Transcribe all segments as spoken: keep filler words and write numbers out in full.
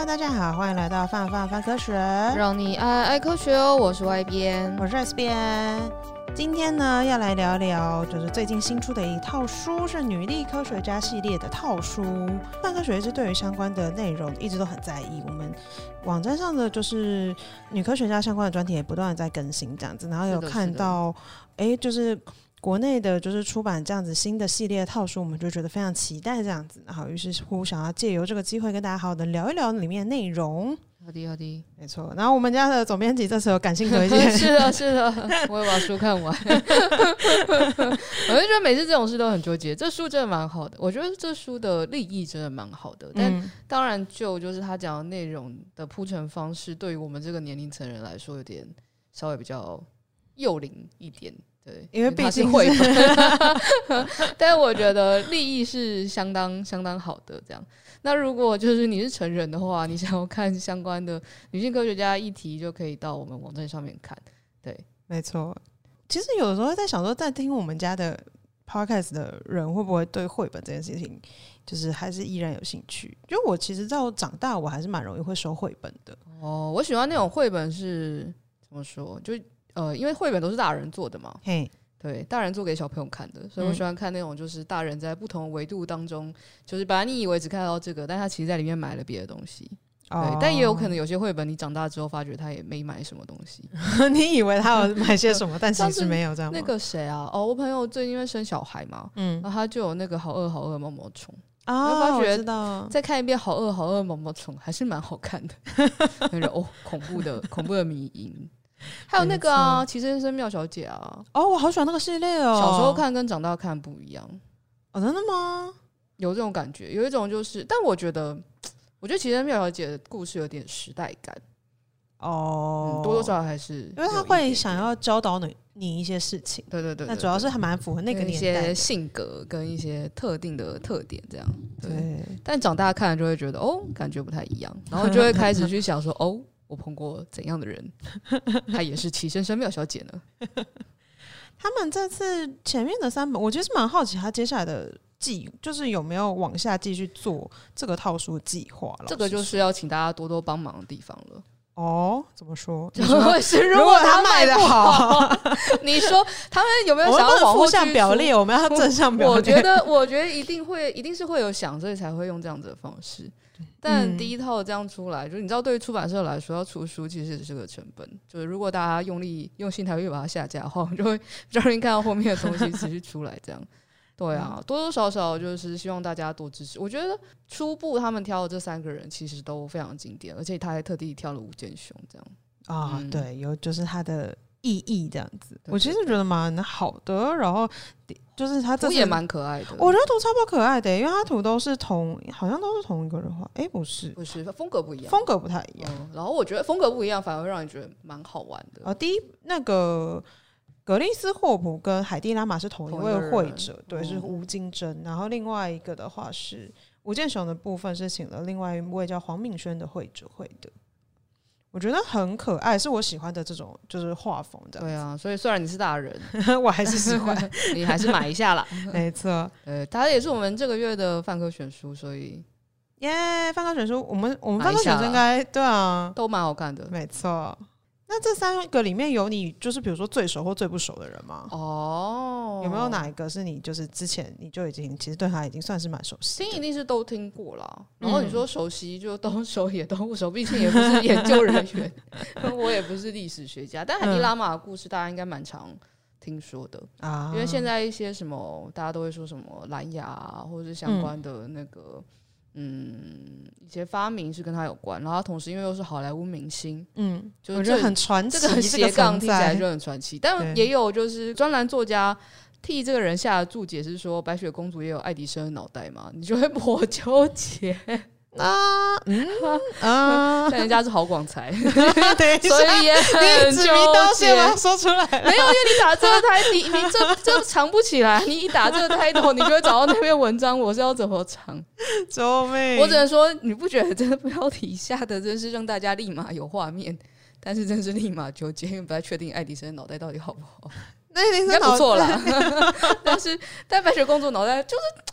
Hello， 大家好，欢迎来到范范范科学， 让你爱爱科学哦。我是 Y 边， 我是 S 边。今天呢，要来聊聊就是最近新出的一套书，是女力科学家系列的套书。范科学一直对于相关的内容一直都很在意，我们网站上的就是女科学家相关的专题也不断的在更新这样子，然后有看到，哎，就是国内的就是出版这样子新的系列套书，我们就觉得非常期待这样子，然后于是乎想要借由这个机会跟大家好好的聊一聊里面的内容。 好的好的， 没错。然后我们家的总编辑这次有感性推荐， 是的是的，我也把书看完。我就觉得每次这种事都很纠结，这书真的蛮好的，我觉得这书的立意真的蛮好的，但当然就就是他讲的内容的铺陈方式，对于我们这个年龄层人来说，有点稍微比较幼龄一点。对， 因为毕竟是绘本，但是我觉得立意是相当相当好的。这样，那如果就是你是成人的话，你想要看相关的女性科学家议题，就可以到我们网站上面看。对， 没错。其实有的时候在想说，在听我们家的 podcast 的人会不会对绘本这件事情，就是还是依然有兴趣？就我其实到长大，我还是蛮容易会收绘本的。 哦，我喜欢那种绘本是怎么说？就呃，因为绘本都是大人做的嘛，嘿，对，大人做给小朋友看的，所以我喜欢看那种就是大人在不同维度当中，就是本来你以为只看到这个，但他其实在里面买了别的东西，对，哦，但也有可能有些绘本你长大之后发觉他也没买什么东西，你以为他有买些什么，但其实没有这样吗？ 那个谁啊，哦，我朋友最近因为生小孩嘛，嗯，然后他就有那个好饿好饿毛毛虫。 哦， 发觉我知道， 再看一遍好饿好饿毛毛虫还是蛮好看的，那种哦恐怖的恐怖的迷因。还有那个啊，齐先生妙小姐啊， 哦，我好喜欢那个系列哦。 小时候看跟长大看不一样， 哦，真的吗？ 有这种感觉，有一种就是，但我觉得，我觉得齐先生妙小姐的故事有点时代感，哦、嗯，多多少少还是因为他会想要教导你你一些事情， 对对 对, 对, 对， 那主要是还蛮符合那个年代一些性格跟一些特定的特点这样，对。 对， 但长大看了就会觉得哦，感觉不太一样，然后就会开始去想说哦。我碰过怎样的人，他也是齐先生妙小姐呢？ 他们这次前面的三本，我其实蛮好奇他接下来的计，就是有没有往下继续做这个套书计划。 这个就是要请大家多多帮忙的地方了。 哦，怎么说？ 如果如果他卖的好，你说他们有没有想要往后负向表列？我们要正向表列。 我觉得，我觉得一定会，一定是会有想，所以才会用这样子的方式。但第一套这样出来，就是你知道，对于出版社来说，要出书其实是个成本。就是如果大家用力用心才会把它下架的话，我们就会比较容易看到后面的东西持续出来。这样，对啊，多多少少就是希望大家多支持。我觉得初步他们挑的这三个人其实都非常经典，而且他还特地挑了吴建雄这样啊、嗯，对，有就是他的意义这样子，对对对，我其实觉得蛮好的。然后就是他这图也蛮可爱的， 我觉得图超爆可爱的，因为他图都是同，好像都是同一个人画，哎，不是， 不是，风格不一样， 风格不太一样。 嗯、然后我觉得风格不一样，反而会让你觉得蛮好玩的。 啊，第一那个格丽斯霍普跟海蒂拉玛是同一位绘者，对，是吴金珍。然后另外一个的话是吴建雄的部分是请了另外一位叫黄敏轩的绘者绘的。我觉得很可爱，是我喜欢的这种就是画风的。 对啊，所以虽然你是大人， 我还是喜欢， 你还是买一下啦。 没错， 呃，它也是我们这个月的范科选书，所以耶，范科选书，我们我们范科选书应该对啊， 都蛮好看的。 没错。那这三个里面有你就是比如说最熟或最不熟的人吗？哦，有没有哪一个是你就是之前你就已经其实对他已经算是蛮熟悉的？ 听一定是都听过啦，然后你说熟悉就都熟也都不熟，毕竟也不是研究人员，我也不是历史学家。但海蒂拉玛的故事大家应该蛮常听说的啊，因为现在一些什么大家都会说什么蓝牙啊，或者是相关的那个。嗯，一些发明是跟他有关，然后他同时因为又是好莱坞明星，嗯，就是我觉得很传奇， 这个斜杠听起来就很传奇。但也有就是专栏作家替这个人下的注解是说，白雪公主也有爱迪生的脑袋嘛，你就会颇纠结。啊，嗯啊，但人家是好广才，所以也很纠结。 说出来没有，因为你打这个台，你你这这藏不起来。你一打这个 title， 你就会找到那篇文章，我是要怎么藏？ 救命！ 我只能说，你不觉得这个标题下的真是让大家立马有画面，但是真是立马纠结，因为不太确定爱迪生的脑袋到底好不好。 那应该不错啦，但是但白雪公主脑袋就是。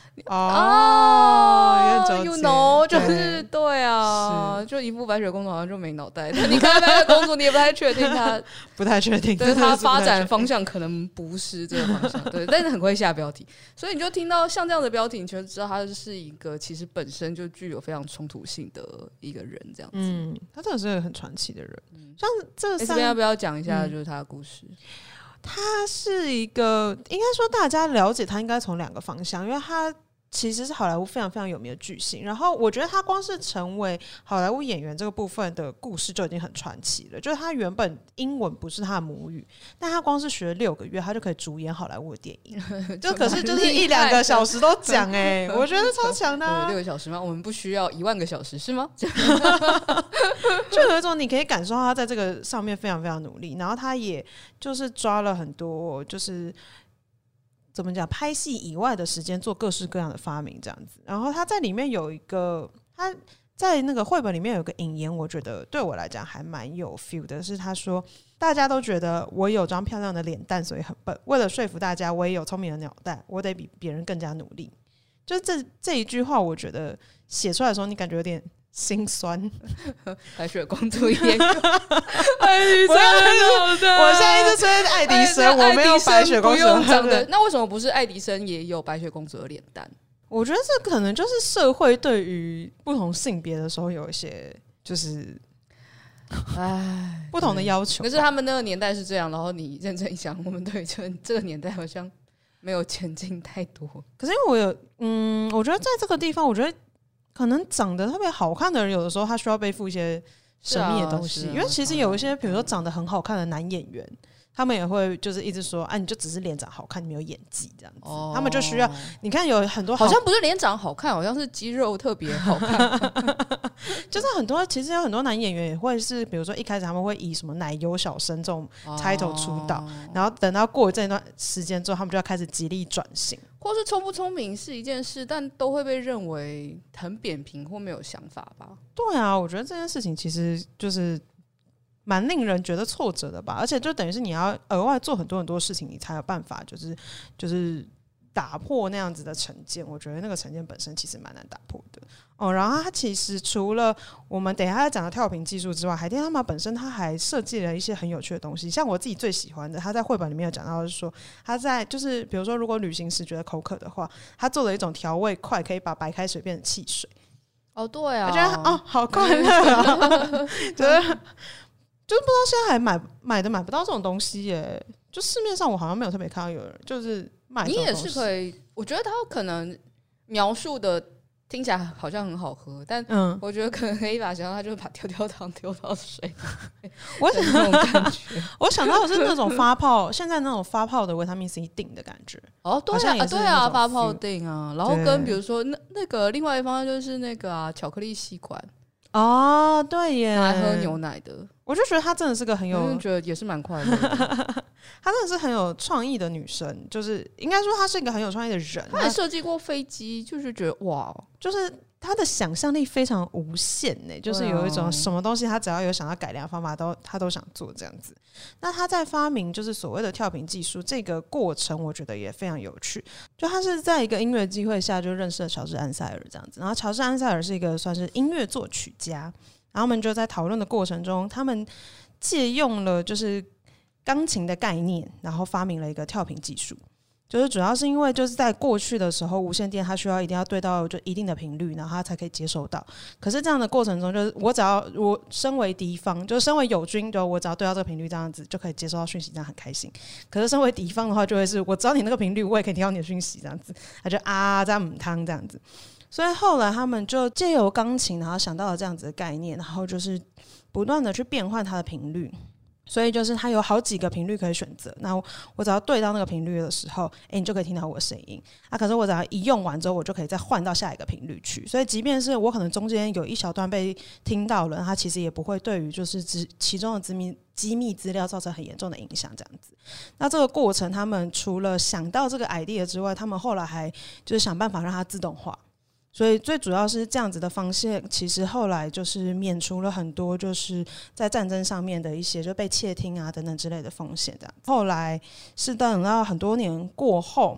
哦，有点纠 you 结 know 就是对啊，就一副白雪公主好像就没脑袋，但你看白雪公主，你也不太确定她， 不太确定， 对她发展方向可能不是这个方向，对，但是很会下标题，所以你就听到像这样的标题，你就知道他是一个其实本身就具有非常冲突性的一个人，这样子。 嗯，他真的是个很传奇的人。嗯、像这这边要不要讲一下就是他的故事？ 嗯、他是一个，应该说大家了解他应该从两个方向，因为他其实是好莱坞非常非常有名的巨星，然后我觉得他光是成为好莱坞演员这个部分的故事就已经很传奇了。就是他原本英文不是他的母语，但他光是学了六个月，他就可以主演好莱坞的电影，就可是就是一两个小时都讲哎、欸，我觉得超强的、啊。 六个小时吗？我们不需要一万个小时是吗？ 就有一种你可以感受到他在这个上面非常非常努力，然后他也就是抓了很多就是。怎么讲？拍戏以外的时间做各式各样的发明，这样子。然后他在里面有一个，他在那个绘本里面有一个引言，我觉得对我来讲还蛮有 feel 的。是他说，大家都觉得我有张漂亮的脸蛋，所以很笨。为了说服大家，我也有聪明的脑袋，我得比别人更加努力。就是这这一句话，我觉得写出来的时候，你感觉有点心酸。 白雪公主也有，爱迪生，我现在一直吹爱迪生，我没有白雪公主的。那为什么不是爱迪生也有白雪公主的脸蛋？ 我觉得这可能就是社会对于不同性别的时候有一些就是唉不同的要求。 可是他们那个年代是这样，然后你认真一想，我们对这这个年代好像没有前进太多。 可是因为我有嗯，我觉得在这个地方，我觉得可能长得特别好看的人，有的时候他需要背负一些神秘的东西，啊啊、因为其实有一些比如说长得很好看的男演员。他们也会就是一直说，啊，你就只是脸长好看，你没有演技这样子。哦、他们就需要，你看有很多好， 好像不是脸长好看，好像是肌肉特别好看。 就是很多，其实有很多男演员也会是，比如说一开始他们会以什么奶油小生这种 title 出道，哦、然后等到过这段时间之后，他们就要开始极力转型。 或是聪不聪明是一件事，但都会被认为很扁平或没有想法吧？ 对啊，我觉得这件事情其实就是蛮令人觉得挫折的吧，而且就等于是你要额外做很多很多事情，你才有办法就是就是打破那样子的成见。我觉得那个成见本身其实蛮难打破的哦。然后它其实除了我们等一下要讲的跳屏技术之外，海天他们本身他还设计了一些很有趣的东西。像我自己最喜欢的，他在绘本里面有讲到，是说他在就是比如说如果旅行时觉得口渴的话，他做了一种调味块，可以把白开水变成汽水。 哦，对啊， 我觉得哦好快乐啊，觉得。就是不知道现在还买买的买不到这种东西耶，就市面上我好像没有特别看到有人就是卖这种东西。 你也是可以，我觉得他可能描述的听起来好像很好喝，但我觉得可能可以把想到他就是把丢丢糖丢到水我想那种感觉我想到的是那种发泡现在那种发泡的维他命 C 锭的感觉。 哦对啊对啊，发泡锭啊，然后跟比如说那那个另外一方向就是那个啊巧克力吸管哦，对耶， 拿来喝牛奶的， 我就觉得她真的是个很有， 我觉得也是蛮快乐的。 她真的是很有创意的女生，就是应该说她是一个很有创意的人。 她还设计过飞机，就是觉得哇， 就是她的想象力非常无限呢、欸，就是有一种什么东西她只要有想要改良的方法都她都想做这样子。那她在发明就是所谓的跳屏技术这个过程，我觉得也非常有趣。就她是在一个音乐机会下就认识了乔治安塞尔这样子，然后乔治安塞尔是一个算是音乐作曲家，然后我们就在讨论的过程中，他们借用了就是钢琴的概念，然后发明了一个跳屏技术。就是主要是因为就是在过去的时候，无线电它需要一定要对到就一定的频率，然后它才可以接收到。可是这样的过程中，就是我只要我身为敌方，就是身为友军，就我只要对到这个频率，这样子就可以接收到讯息，这样很开心。可是身为敌方的话，就会是我知道你那个频率，我也可以听到你的讯息，这样子，他就啊这样母汤这样子。所以后来他们就借由钢琴，然后想到了这样子的概念，然后就是不断的去变换它的频率。所以就是它有好几个频率可以选择，那我只要对到那个频率的时候，哎、欸，你就可以听到我的声音啊。可是我只要一用完之后，我就可以再换到下一个频率去。所以即便是我可能中间有一小段被听到了，它其实也不会对于就是其中的机密机密资料造成很严重的影响。这样子，那这个过程他们除了想到这个 idea 之外，他们后来还就是想办法让它自动化。所以最主要是这样子的方式，其实后来就是免除了很多就是在战争上面的一些就被窃听啊等等之类的风险。这样后来是等到很多年过后，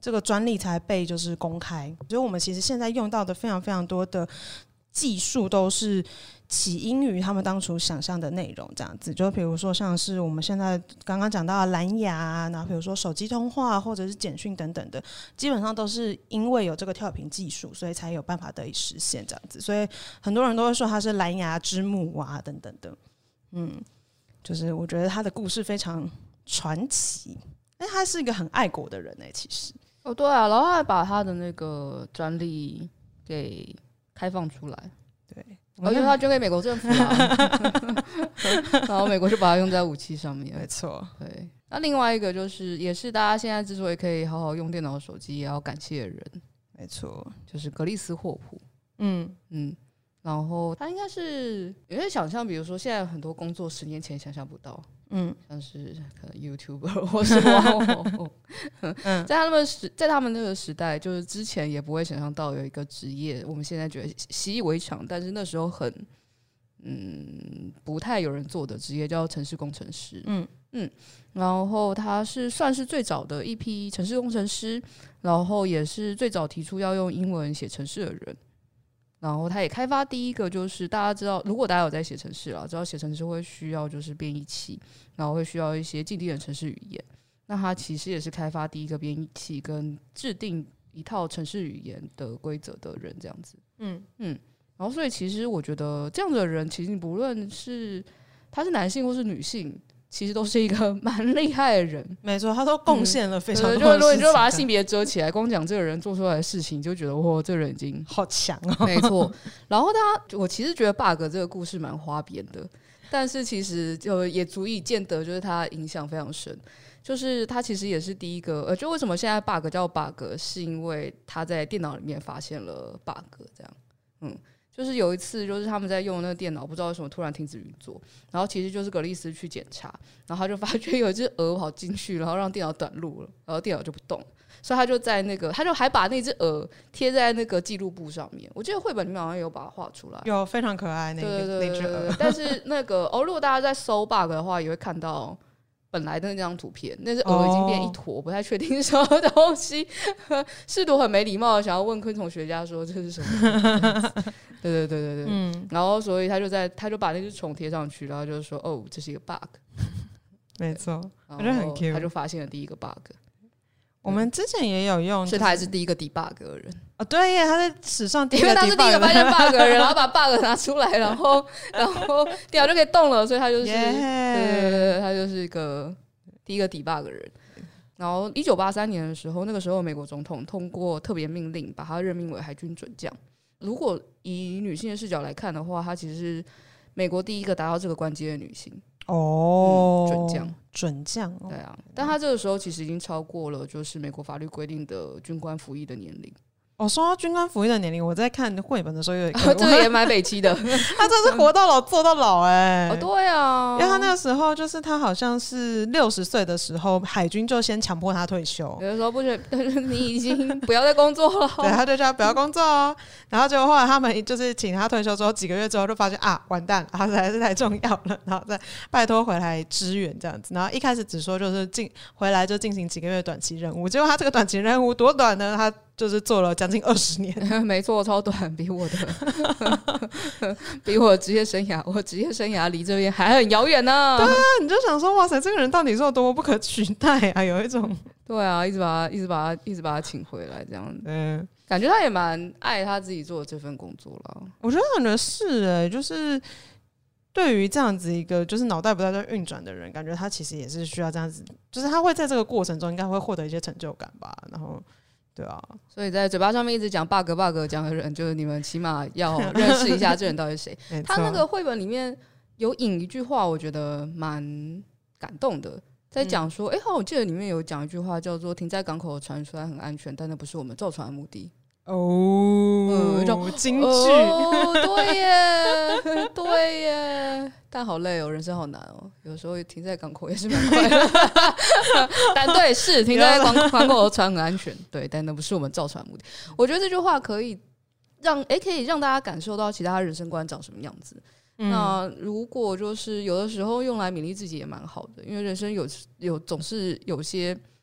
这个专利才被就是公开。所以我们其实现在用到的非常非常多的技术都是起因于他们当初想象的内容，这样子。就比如说像是我们现在刚刚讲到的蓝牙，然后比如说手机通话或者是简讯等等的，基本上都是因为有这个跳频技术，所以才有办法得以实现这样子。所以很多人都会说它是蓝牙之母啊等等的。嗯，就是我觉得他的故事非常传奇。但他是一个很爱国的人哎、欸，其实。 哦，对啊，然后他还把他的那个专利给开放出来。 对。 而且他捐给美国政府啊，然后美国就把它用在武器上面。 没错， 对。那另外一个就是，也是大家现在之所以可以好好用电脑、手机，也要感谢的人。 没错， 就是格里斯霍普。 嗯嗯，然后他应该是有些想象，比如说现在很多工作十年前想象不到。嗯，像是可能 YouTuber 或是网红，嗯，在他们时，在他们那个时代，就是之前也不会想象到有一个职业，我们现在觉得习以为常，但是那时候很，嗯，不太有人做的职业叫程式工程师。嗯嗯，然后他是算是最早的一批程式工程师，然后也是最早提出要用英文写程式的人。然后他也开发第一个，就是大家知道，如果大家有在写程式啦，知道写程式会需要就是编译器，然后会需要一些既定的程式语言。那他其实也是开发第一个编译器跟制定一套程式语言的规则的人，这样子。嗯嗯。然后所以其实我觉得这样的人，其实不论是他是男性或是女性，其实都是一个蛮厉害的人。 没错，他都贡献了非常多的事情、 嗯、就如果你就把他性别遮起来，光讲这个人做出来的事情，就觉得哇，这个人已经好强哦。 没错。然后他，我其实觉得 bug 这个故事蛮花边的，但是其实就也足以见得，就是他影响非常深。就是他其实也是第一个，呃，就为什么现在 bug 叫 bug， 是因为他在电脑里面发现了 bug， 这样，嗯。就是有一次，就是他们在用那个电脑，不知道为什么突然停止运作，然后其实就是格里斯去检查，然后他就发觉有一只鹅跑进去，然后让电脑短路了，然后电脑就不动，所以他就在那个，他就还把那只鹅贴在那个记录簿上面。我记得绘本里面好像有把它画出来， 有非常可爱那个对对对对对那只鹅。 但是那个哦，如果大家在搜 bug 的话，也会看到本来的那张图片，那只鹅已经变一坨，我不太确定是什么东西。试图很没礼貌的想要问昆虫学家说这是什么。对对对对对，嗯，然后所以他就在他就把那只虫贴上去，然后就说哦，这是一个 bug。 没错，我觉得很 cute， 他就发现了第一个 bug。 我们之前也有用， 所以他还是第一个 debug 的人。 哦，对耶，他在史上第一个 debug 因为他是第一个发现 bug 的人，然后把 bug 拿出来，然后然后电脑就可以动了，所以他就是、yeah. 对对对，他就是一个第一个 debug 的人。然后一九八三年的时候，那个时候美国总统通过特别命令，把他任命为海军准将。如果以女性的视角来看的话，她其实是美国第一个达到这个关阶的女性。 哦、 嗯，准将， 准将、哦， 对啊，但她这个时候其实已经超过了就是美国法律规定的军官服役的年龄。 哦，说到军官服役的年龄，我在看绘本的时候有一个、 哦、这个也蛮北七的。 他真是活到老做到老哎、欸哦，对啊， 因为他那个时候就是他好像是六十岁的时候，海军就先强迫他退休， 有的时候不是你已经不要再工作了， 对，他就叫他不要工作哦。然后结果后来他们就是请他退休之后，几个月之后就发现啊，完蛋了，他实在是太重要了，然后再拜托回来支援这样子。然后一开始只说就是进回来就进行几个月短期任务，结果他这个短期任务多短呢？他就是做了将近二十年。 没错，超短，比我的比我的职业生涯，我职业生涯离这边还很遥远呢。 对啊，你就想说哇塞，这个人到底是有多么不可取代啊？有一种对啊，一直把他一直把他一直把他请回来这样子。嗯，感觉他也蛮爱他自己做的这份工作了。 我觉得感觉是哎、欸，就是对于这样子一个就是脑袋不太在运转的人，感觉他其实也是需要这样子，就是他会在这个过程中应该会获得一些成就感吧，然后。对啊， 所以在嘴巴上面一直讲 bug bug 讲的人，就是你们起码要认识一下这人到底是谁。他那个绘本里面有引一句话，我觉得蛮感动的，在讲说，哎、嗯，好、欸，我记得里面有讲一句话叫做"停在港口的船虽然很安全，但那不是我们造船的目的。" 哦，有种金句。 哦，对耶，对耶，但好累哦，人生好难哦。有时候停在港口也是蛮快乐的，但对，是停在港港口的船很安全，对，但那不是我们造船的目的。我觉得这句话可以让，哎、欸，可以让大家感受到其他人生观长什么样子。嗯、那如果就是有的时候用来勉励自己也蛮好的，因为人生有有总是有些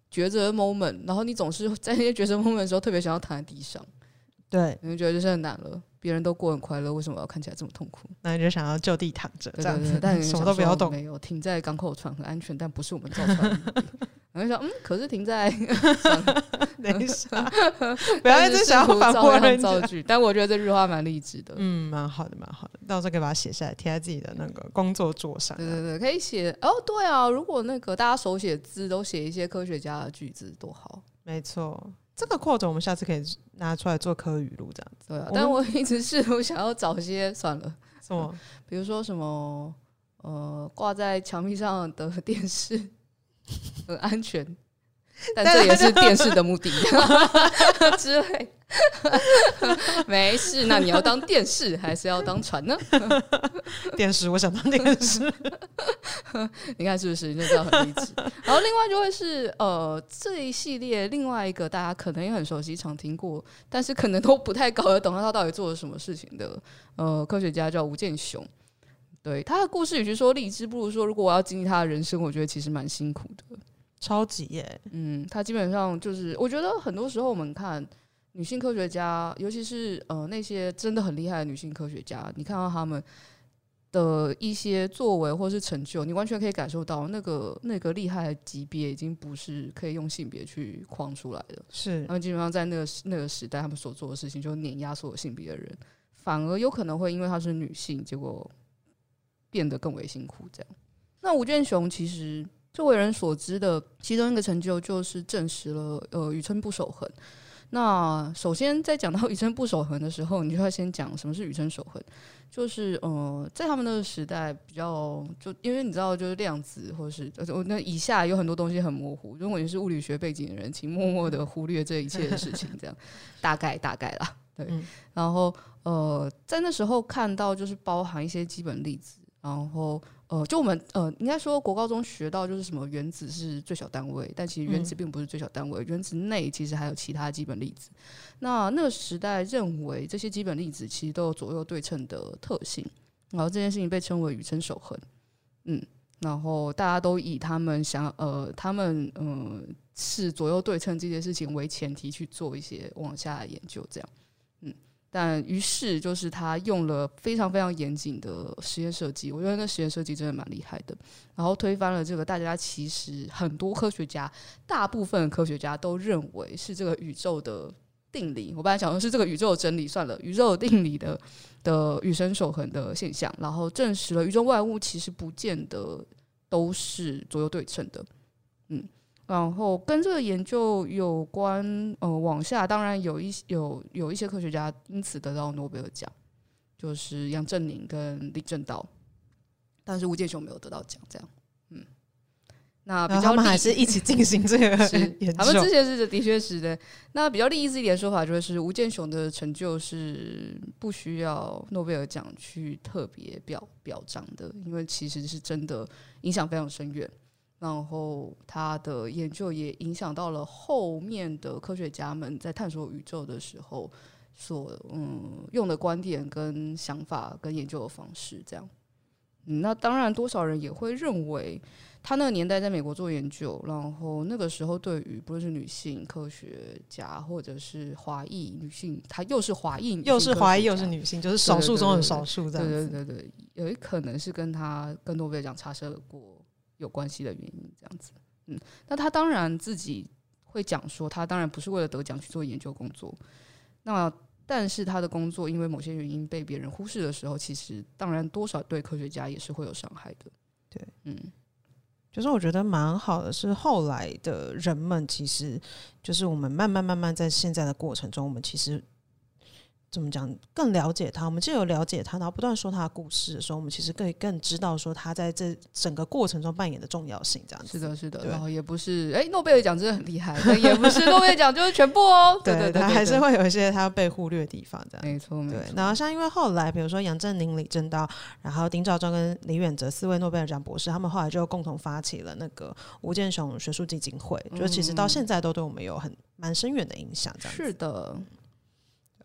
抉择 moment， 然后你总是在那些抉择 moment 的时候特别想要躺在地上， 对， 你就觉得就是很难了，别人都过很快乐，为什么要看起来这么痛苦？ 那你就想要就地躺着，这样子， 但什么都不要动。 没有，停在港口船很安全，但不是我们造船的目的。然后就想，嗯，可是停在， 等一下，不要一直想要反驳人家。 但我觉得这句话蛮励志的， 嗯，蛮好的，蛮好的。到时候可以把它写下来，贴在自己的那个工作桌上。 对对对，可以写。哦，对啊，如果那个大家手写字都写一些科学家的句子，多好。 没错，这个扩展我们下次可以拿出来做科语录这样子。 对啊，但我一直试图想要找些算了， 什么， 比如说什么呃挂在墙壁上的电视很安全，但这也是电视的目的之类。没事，那你要当电视还是要当船呢？ 电视，我想当电视。 你看是不是？你就知道很励志。然后另外就会是呃这一系列另外一个大家可能也很熟悉、常听过，但是可能都不太搞得懂他到底做了什么事情的呃科学家叫吴健雄。对，他的故事与其说励志，不如说如果我要经历他的人生，我觉得其实蛮辛苦的。 超级耶， 嗯，他基本上就是，我觉得很多时候我们看女性科学家，尤其是呃那些真的很厉害的女性科学家，你看到他们的一些作为或是成就，你完全可以感受到那个那个厉害的级别已经不是可以用性别去框出来的。 是， 他们基本上在那个那个时代，他们所做的事情就碾压所有性别的人，反而有可能会因为她是女性，结果变得更为辛苦。这样，那吴健雄其实最为人所知的其中一个成就就是证实了呃宇称不守恒。那首先在讲到宇称不守恒的时候，你就要先讲什么是宇称守恒。就是呃，在他们那个时代比较，就因为你知道，就是量子或是呃那以下有很多东西很模糊。如果你是物理学背景的人，请默默的忽略这一切的事情，这样大概大概啦。对，嗯、然后呃，在那时候看到就是包含一些基本粒子，然后。呃，就我们呃，应该说国高中学到就是什么原子是最小单位，但其实原子并不是最小单位，嗯、原子内其实还有其他基本粒子。那那个时代认为这些基本粒子其实都有左右对称的特性，然后这件事情被称为宇称守恒。嗯，然后大家都以他们想呃，他们呃是左右对称这件事情为前提去做一些往下的研究，这样。嗯。但于是就是他用了非常非常严谨的实验设计，我觉得那实验设计真的蛮厉害的，然后推翻了这个大家其实很多科学家大部分科学家都认为是这个宇宙的定理，我本来想说是这个宇宙的真理，算了，宇宙的定理的的宇称守恒的现象，然后证实了宇宙万物其实不见得都是左右对称的。嗯，然后跟这个研究有关，呃，往下当然有一有有一些科学家因此得到诺贝尔奖，就是杨振宁跟李政道，但是吴健雄没有得到奖，这样，嗯，那比较他们还是一起进行这个研究， 他们之前是的确是的。那比较励志一点的说法就是吴健雄的成就是不需要诺贝尔奖去特别表表彰的，因为其实是真的影响非常深远。然后他的研究也影响到了后面的科学家们在探索宇宙的时候所嗯用的观点跟想法跟研究的方式，这样。嗯，那当然多少人也会认为他那个年代在美国做研究，然后那个时候对于不论是女性科学家或者是华裔女性，她又是华裔女性， 又是华裔又是女性，就是少数中的少数这样子。 对对对对，有一可能是跟他跟诺贝尔奖擦身而过有关系的原因，这样子。嗯，那他当然自己会讲说，他当然不是为了得奖去做研究工作。那但是他的工作因为某些原因被别人忽视的时候，其实当然多少对科学家也是会有伤害的。 对，嗯，就是我觉得蛮好的是后来的人们，其实就是我们慢慢慢慢在现在的过程中，我们其实怎么讲更了解他，我们既有了解他，然后不断说他的故事的时候，我们其实可以更知道说他在这整个过程中扮演的重要性，这样子。 是的是的，然后也不是哎，诺贝尔奖真的很厉害，但也不是诺贝尔奖就是全部哦。对对 对, 对, 对， 他还是会有一些他被忽略的地方，这样。 没错没错。 对，然后像因为后来比如说杨振宁、李政道，然后丁肇中跟李远哲四位诺贝尔奖博士，他们后来就共同发起了那个吴健雄学术基金会，嗯、就其实到现在都对我们有很蛮深远的影响，这样子。 是的。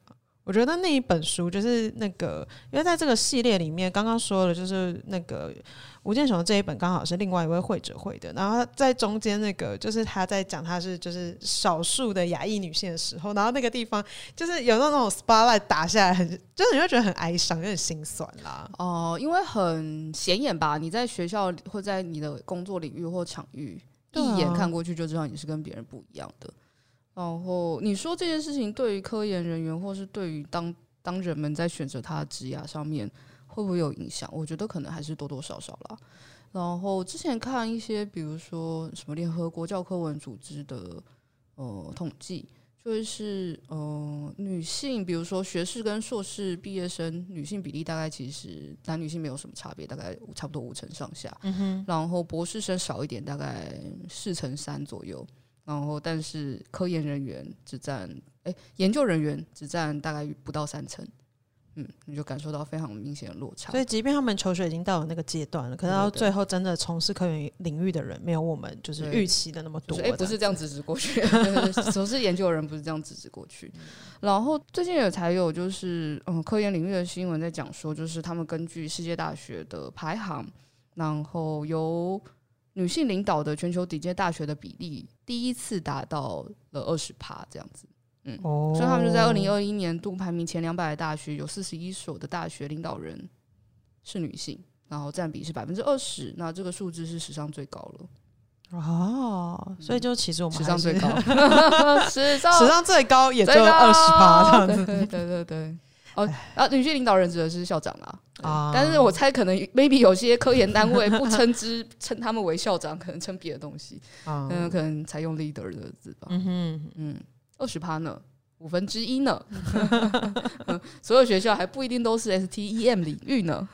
我觉得那一本书就是那个，因为在这个系列里面，刚刚说了，就是那个吴健雄这一本刚好是另外一位绘者绘的，然后在中间那个就是他在讲他是就是少数的亚裔女性的时候，然后那个地方就是有那种 spotlight 打下来很，就是你会觉得很哀伤，有点心酸啦。 哦、呃，因为很显眼吧，你在学校或在你的工作领域或场域，一眼看过去就知道你是跟别人不一样的。然后你说这件事情对于科研人员或是对于当当人们在选择他的职涯上面会不会有影响？我觉得可能还是多多少少啦。然后之前看一些比如说什么联合国教科文组织的呃统计，就是呃女性比如说学士跟硕士毕业生女性比例大概其实男女性没有什么差别，大概差不多五成上下、嗯、然后博士生少一点，大概四成三左右，然后但是科研人员只占哎，研究人员只占大概不到三成，嗯，你就感受到非常明显的落差。 所以即便他们求学已经到了那个阶段了，可是到最后真的从事科研领域的人没有我们就是预期的那么多。 哎、就是，不是这样直直过去，从事研究的人不是这样直直过去。然后最近也才有就是嗯科研领域的新闻在讲说，就是他们根据世界大学的排行，然后由女性领导的全球顶尖大学的比例第一次达到了 百分之二十 这样子。嗯，哦、所以他们就在二零二一年度排名前两百的大学，有四十一所的大学领导人是女性，然后占比是百分之二十，那这个数字是史上最高了。 哦，所以就其实我们史上最高，史上史上最高也就二十趴这样子。 对对对对。哦，然后女性领导人指的是校长啦，啊、但是我猜可能 maybe 有些科研单位不称之称他们为校长，可能称别的东西，嗯、啊，可能才用 leader 的字吧。嗯哼嗯。二十趴呢，五分之一呢，所有学校还不一定都是 S T E M 领域呢。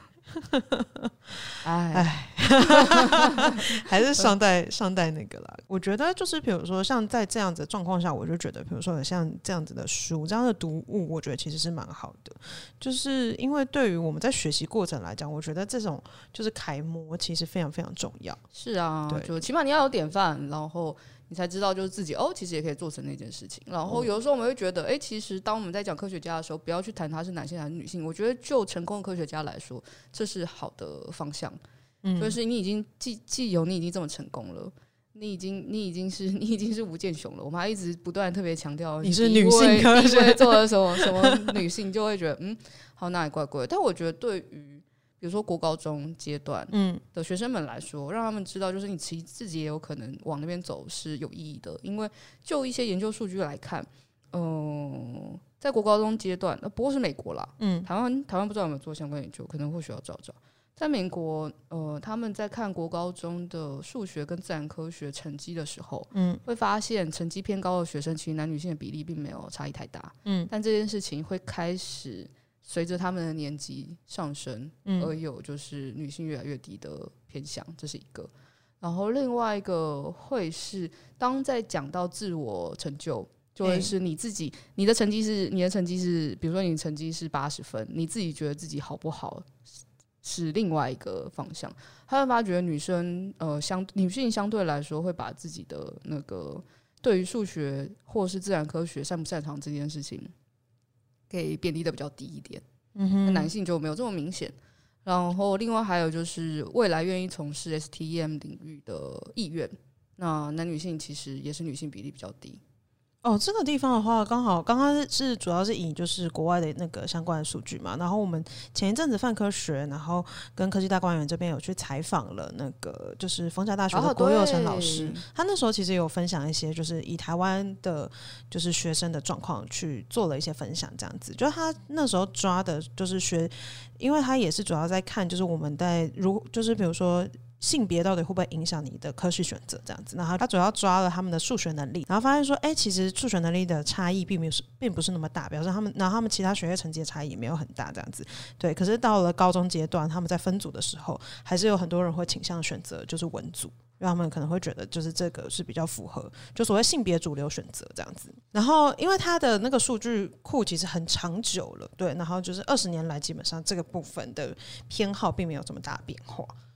哎， 还是上代上代那个啦。我觉得就是比如说像在这样子的状况下，我就觉得比如说像这样子的书，这样的读物，我觉得其实是蛮好的。就是因为对于我们在学习过程来讲，我觉得这种就是楷模其实非常非常重要。 是啊，对，就起码你要有典范，然后你才知道就是自己哦，其实也可以做成那件事情。然后有的时候我们会觉得，哎、欸，其实当我们在讲科学家的时候，不要去谈他是男性还是女性。我觉得就成功的科学家来说，这是好的方向。嗯，就是你已经既既有你已经这么成功了，你已经你已经是你已经是吴健雄了。我们还一直不断特别强调你是女性科学做了什么什么女性，就会觉得嗯，好那也怪怪的。但我觉得对于比如说国高中阶段的学生们来说、嗯、让他们知道就是你其实自己也有可能往那边走是有意义的。因为就一些研究数据来看，嗯、呃，在国高中阶段不过是美国啦，嗯，台湾台湾不知道有没有做相关研究，可能或许要找找。在美国呃，他们在看国高中的数学跟自然科学成绩的时候、嗯、会发现成绩偏高的学生其实男女性的比例并没有差异太大、嗯、但这件事情会开始随着他们的年纪上升、嗯、而有就是女性越来越低的偏向，这是一个。然后另外一个会是当在讲到自我成就，就会是你自己、欸、你的成绩是你的成绩是比如说你的成绩是八十分，你自己觉得自己好不好是另外一个方向。他会发觉女生呃相女性相对来说会把自己的那个对于数学或是自然科学擅不擅长这件事情给贬低的比较低一点，嗯哼，男性就没有这么明显。然后另外还有就是未来愿意从事 S T E M 领域的意愿，那男女性其实也是女性比例比较低。 哦，这个地方的话，刚好刚刚是主要是以就是国外的那个相关的数据嘛，然后我们前一阵子泛科学，然后跟科技大观园这边有去采访了那个就是逢甲大学的郭佑成老师、哦，他那时候其实有分享一些就是以台湾的就是学生的状况去做了一些分享，这样子，就他那时候抓的就是学，因为他也是主要在看就是我们在如就是比如说。性别到底会不会影响你的科系选择这样子，然后他主要抓了他们的数学能力，然后发现说哎、欸，其实数学能力的差异并没有并不是那么大，表示他们然后他们其他学业成绩的差异也没有很大这样子。对，可是到了高中阶段他们在分组的时候还是有很多人会倾向选择就是文组，因为他们可能会觉得就是这个是比较符合就所谓性别主流选择这样子。然后因为他的那个数据库其实很长久了，对，然后就是二十年来基本上这个部分的偏好并没有这么大的变化。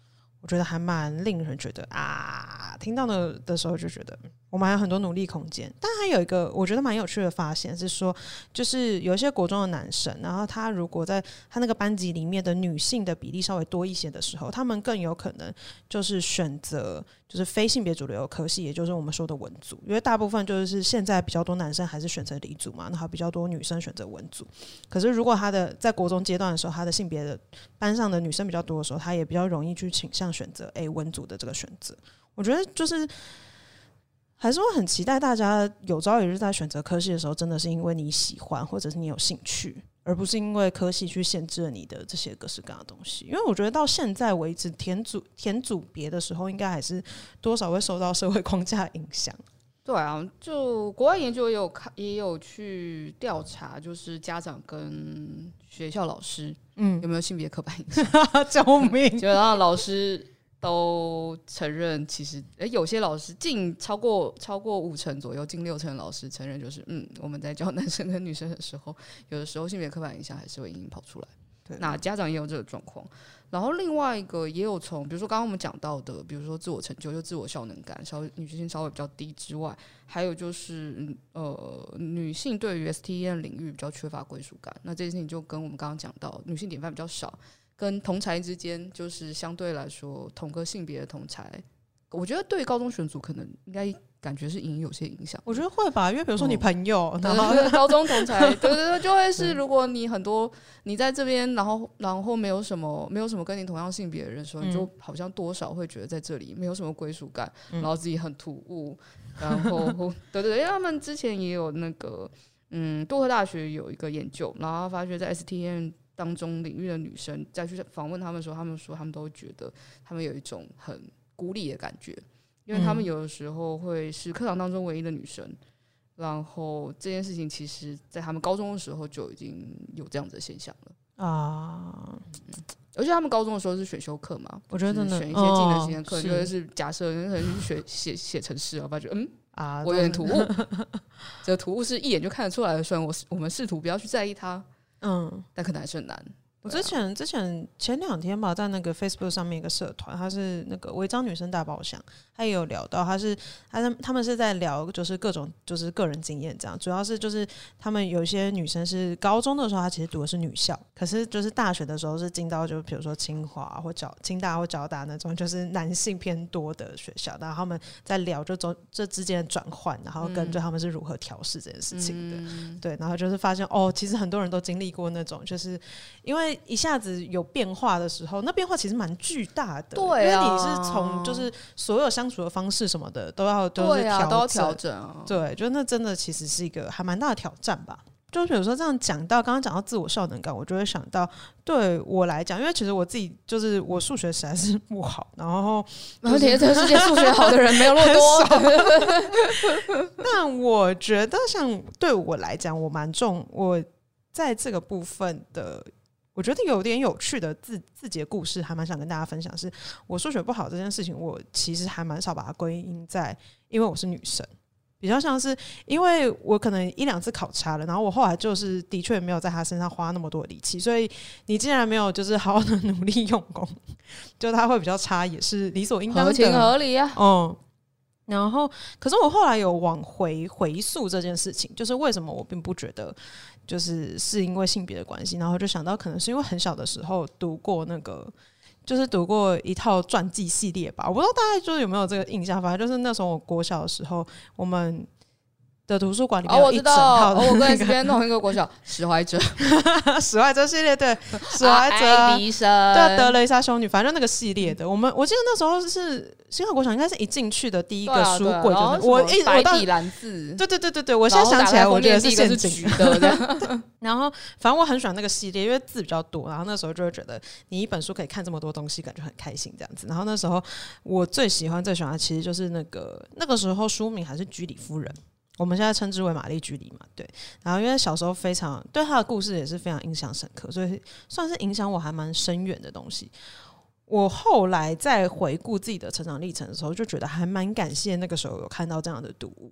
我觉得还蛮令人觉得啊，听到的的时候就觉得我们还有很多努力空间。但还有一个我觉得蛮有趣的发现是说，就是有一些国中的男生，然后他如果在他那个班级里面的女性的比例稍微多一些的时候，他们更有可能就是选择就是非性别主流的科系，也就是我们说的文组，因为大部分就是现在比较多男生还是选择理组嘛，然后比较多女生选择文组。可是如果他的在国中阶段的时候，他的性别的班上的女生比较多的时候，他也比较容易去倾向选择 A 文组的这个选择。我觉得就是还是会很期待大家有朝一日在选择科系的时候，真的是因为你喜欢或者是你有兴趣，而不是因为科系去限制了你的这些各式各样的东西。因为我觉得到现在为止，填组填组别的时候，应该还是多少会受到社会框架影响。 对啊，就国外研究也有看，也有去调查，就是家长跟学校老师，嗯，有没有性别刻板印象？ 救命！ 就让老师都承认，其实、欸、有些老师近超过超过五成左右，近六成老师承认，就是嗯，我们在教男生跟女生的时候，有的时候性别刻板印象还是会隐隐跑出来。对，那家长也有这个状况。然后另外一个也有从，比如说刚刚我们讲到的，比如说自我成就，就自我效能感稍微女性稍微比较低之外，还有就是呃女性对于 S T E M 领域比较缺乏归属感。那这件事情就跟我们刚刚讲到，女性典范比较少，跟同才之间就是相对来说同个性别的同才，我觉得对于高中选组可能应该感觉是隐有些影响。 我觉得会吧，因为比如说你朋友， 嗯、然后高中同才，对对对，就会是如果你很多你在这边，然后然后没有什么没有什么跟你同样性别的人的时候，嗯、你就好像多少会觉得在这里没有什么归属感，嗯、然后自己很突兀，然后对对对，因为他们之前也有那个嗯，杜克大学有一个研究，然后发觉在 S T M 当中领域的女生再去访问他们的时候，他们说他们都觉得他们有一种很孤立的感觉。因为他们有的时候会是课堂当中唯一的女生，然后这件事情其实在他们高中的时候就已经有这样子的现象了啊、嗯。而且他们高中的时候是选修课嘛， 我觉得真的选一些技能型的课，就是假设可能去学写写程式啊，发觉嗯啊，我有点突兀，这个突兀是一眼就看得出来的。虽然我我们试图不要去在意它，嗯，但可能还是很难。 我之前、啊、之前前两天吧，在那个 Facebook 上面一个社团，他是那个违章女生大包厢，他也有聊到，他是他他们是在聊就是各种就是个人经验这样，主要是就是他们有一些女生是高中的时候，她其实读的是女校，可是就是大学的时候是进到就比如说清华或交清大或交大那种就是男性偏多的学校，然后他们在聊就这这之间的转换，然后跟就他们是如何调试这件事情的、嗯，对，然后就是发现哦，其实很多人都经历过那种，就是因为一下子有变化的时候，那变化其实蛮巨大的。 对啊， 因为你是从就是所有相处的方式什么的都要都是调整， 对啊，都要调整啊。 对，就那真的其实是一个还蛮大的挑战吧。就比如说这样讲到刚刚讲到自我效能感，我就会想到对我来讲，因为其实我自己就是我数学实在是不好，然后然后这个世界数学好的人没有那么多。 但我觉得像对我来讲，我蛮重我在这个部分的。我觉得有点有趣的自自己的故事，还蛮想跟大家分享。是我数学不好这件事情，我其实还蛮少把它归因在，因为我是女生，比较像是因为我可能一两次考差了，然后我后来就是的确没有在他身上花那么多的力气，所以你既然没有就是好好的努力用功，就他会比较差，也是理所应当的， 合情合理啊。 嗯。然后可是我后来有往回回溯这件事情，就是为什么我并不觉得就是是因为性别的关系，然后就想到可能是因为很小的时候读过那个就是读过一套传记系列吧，我不知道大家就是有没有这个印象，反正就是那时候我国小的时候，我们的图书馆里面有一整套的、那個哦、我知道、哦、我跟这边同一个国小史怀哲史怀哲系列，对，史怀哲、 啊、爱迪生， 对，德雷莎修女，反正那个系列的，我们我记得那时候是新华国小应该是一进去的第一个书柜、啊、就是我一白底蓝字， 对对对对对，我现在想起来我觉得是陷阱的然后反正我很喜欢那个系列，因为字比较多，然后那时候就会觉得你一本书可以看这么多东西，感觉很开心这样子。然后那时候我最喜欢最喜欢的其实就是那个那个时候书名还是居里夫人，我们现在称之为玛丽居里嘛，对。然后因为小时候非常对她的故事也是非常印象深刻，所以算是影响我还蛮深远的东西。我后来在回顾自己的成长历程的时候，就觉得还蛮感谢那个时候有看到这样的读物，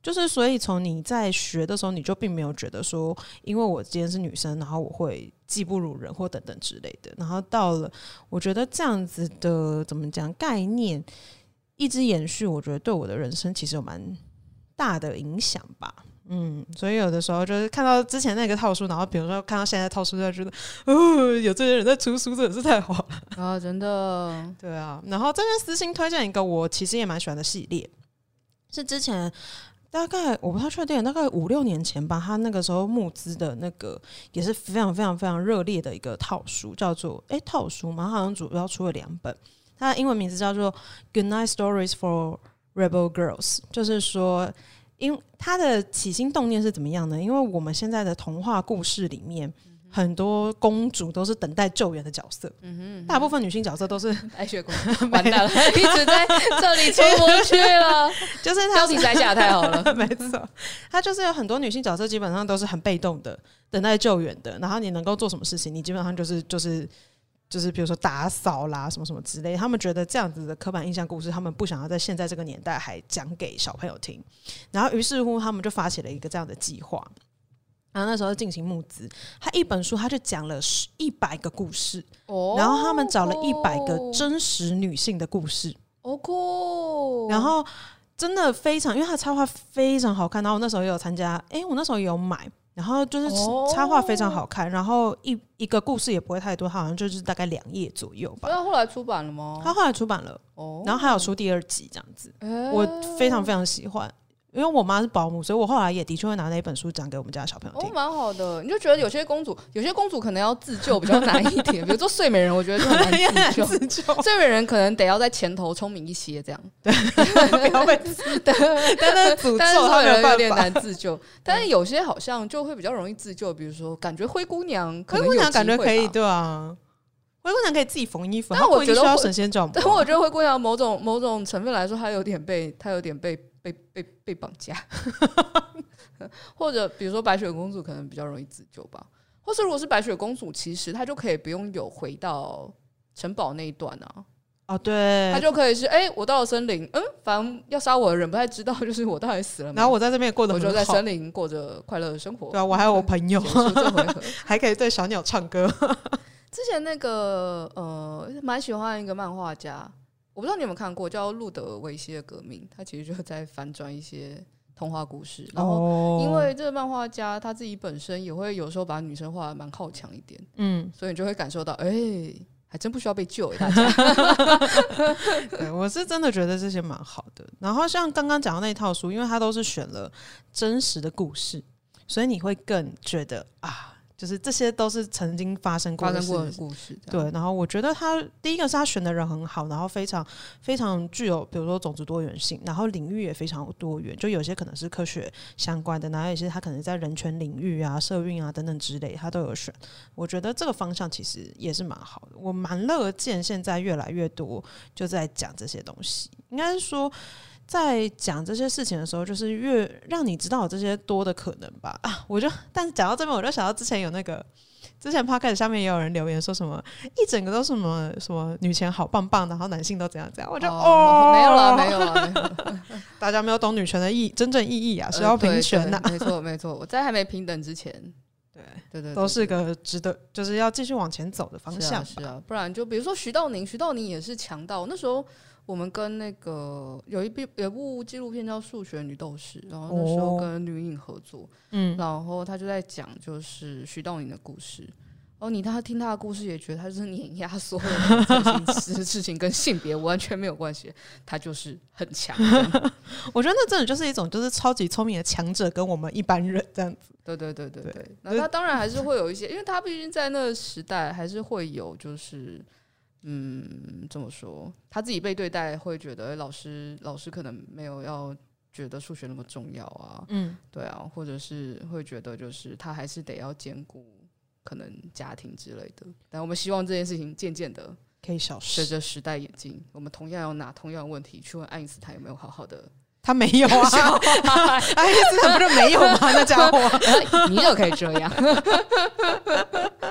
就是所以从你在学的时候，你就并没有觉得说，因为我今天是女生，然后我会技不如人或等等之类的。然后到了，我觉得这样子的怎么讲概念一直延续，我觉得对我的人生其实有蛮大的影响吧。嗯，所以有的时候就是看到之前那个套书，然后比如说看到现在套书，就觉得，哦，有这些人在出书，真的是太好了啊！真的， 对啊。然后这边私心推荐一个我其实也蛮喜欢的系列，是之前。大概我不太确定，大概五六年前吧，他那个时候募资的那个也是非常非常非常热烈的一个套书，叫做哎套书嘛，他好像主要出了两本，它的英文名字叫做 Goodnight Stories for Rebel Girls， 就是说，因它的起心动念是怎么样呢？因为我们现在的童话故事里面。很多公主都是等待救援的角色，嗯哼嗯哼，大部分女性角色都是白雪公主，完蛋了，一直在这里出不去了， 就是标题摘下太好了， 没错，她就是有很多女性角色基本上都是很被动的，等待救援的，然后你能够做什么事情，你基本上就是就是就是比如说打扫啦什么什么之类的，他们觉得这样子的刻板印象故事，他们不想要在现在这个年代还讲给小朋友听，然后于是乎他们就发起了一个这样的计划。然后那时候进行募资，他一本书他就讲了一百个故事，哦，然后他们找了一百个真实女性的故事，哦酷，然后真的非常，因为他插画非常好看，然后我那时候也有参加，哎，我那时候也有买，然后就是插画非常好看，然后一一个故事也不会太多，好像就是大概两页左右吧。 他后来出版了吗？ 他后来出版了，哦，然后还有出第二集这样子，我非常非常喜欢。因为我妈是保姆，所以我后来也的确会拿那一本书讲给我们家的小朋友听。 哦，蛮好的。你就觉得有些公主，有些公主可能要自救比较难一点，比如说睡美人，我觉得就很难自救。自救睡美人可能得要在前头聪明一些，这样。对， 不要被自但是诅咒他没有办法，有点难自救。但是有些好像就会比较容易自救，比如说感觉灰姑娘可能有机会吧，灰姑娘感觉可以，对啊。灰姑娘可以自己缝衣服， 但我觉得需要神仙照顾。 但我觉得灰姑娘某种某种成分来说，她有点被，她有点被。被被被绑架，或者比如说白雪公主可能比较容易自救吧，或是如果是白雪公主，其实她就可以不用有回到城堡那一段啊。 哦，对， 她就可以是哎、欸，我到了森林，嗯，反正要杀我的人不太知道，就是我到底死了吗？ 然后我在这边也过得很好， 我就在森林过着快乐的生活。 对啊，我还有我朋友，还可以对小鸟唱歌。 之前那个呃，蛮喜欢一个漫画家。我不知道你有没有看过叫路德维希的革命，他其实就在反转一些童话故事，然后因为这个漫画家他自己本身也会有时候把女生画得蛮好强一点，嗯，所以你就会感受到哎、欸，还真不需要被救、欸、大家对，我是真的觉得这些蛮好的。然后像刚刚讲的那一套书，因为他都是选了真实的故事，所以你会更觉得啊，就是这些都是曾经发生过的事， 发生过的故事。 对，然后我觉得他第一个是他选的人很好，然后非常非常具有比如说种族多元性，然后领域也非常多元，就有些可能是科学相关的，然后有些他可能在人权领域啊、社运啊等等之类他都有选。我觉得这个方向其实也是蛮好的，我蛮乐见现在越来越多就在讲这些东西，应该是说在讲这些事情的时候，就是越让你知道有这些多的可能吧。啊，我就但是讲到这边，我就想到之前有那个，之前 podcast 下面也有人留言说什么一整个都是什么什么女权好棒棒，然后男性都怎样怎样，我就 哦, 哦没有了没有了没有了， 大家没有懂女权的意真正意义啊，是要平权呐、啊呃。没错没错，我在还没平等之前。对对 对, 对， 都是个值得，就是要继续往前走的方向吧。 是啊，是啊，不然就比如说徐道宁，徐道宁也是强盗。那时候我们跟那个有一部有一部纪录片叫《数学女斗士》，然后那时候跟女影合作，嗯，然后他就在讲就是徐道宁的故事。哦，你他听他的故事也觉得他就是碾压所有的事事情跟性别完全没有关系，他就是很强。 我觉得那真的就是一种就是超级聪明的强者跟我们一般人这样子。 对对对对 对, 对，那他当然还是会有一些，因为他毕竟在那个时代还是会有就是嗯这么说，他自己被对待会觉得、欸、老师老师可能没有要觉得数学那么重要啊，嗯，对啊，或者是会觉得就是他还是得要兼顾可能家庭之类的，但我们希望这件事情渐渐的可以消失。 随着时代演进，我们同样要拿同样的问题去问爱因斯坦有没有好好的。 他没有啊，爱因斯坦不是没有吗？那家伙， 你就可以这样。我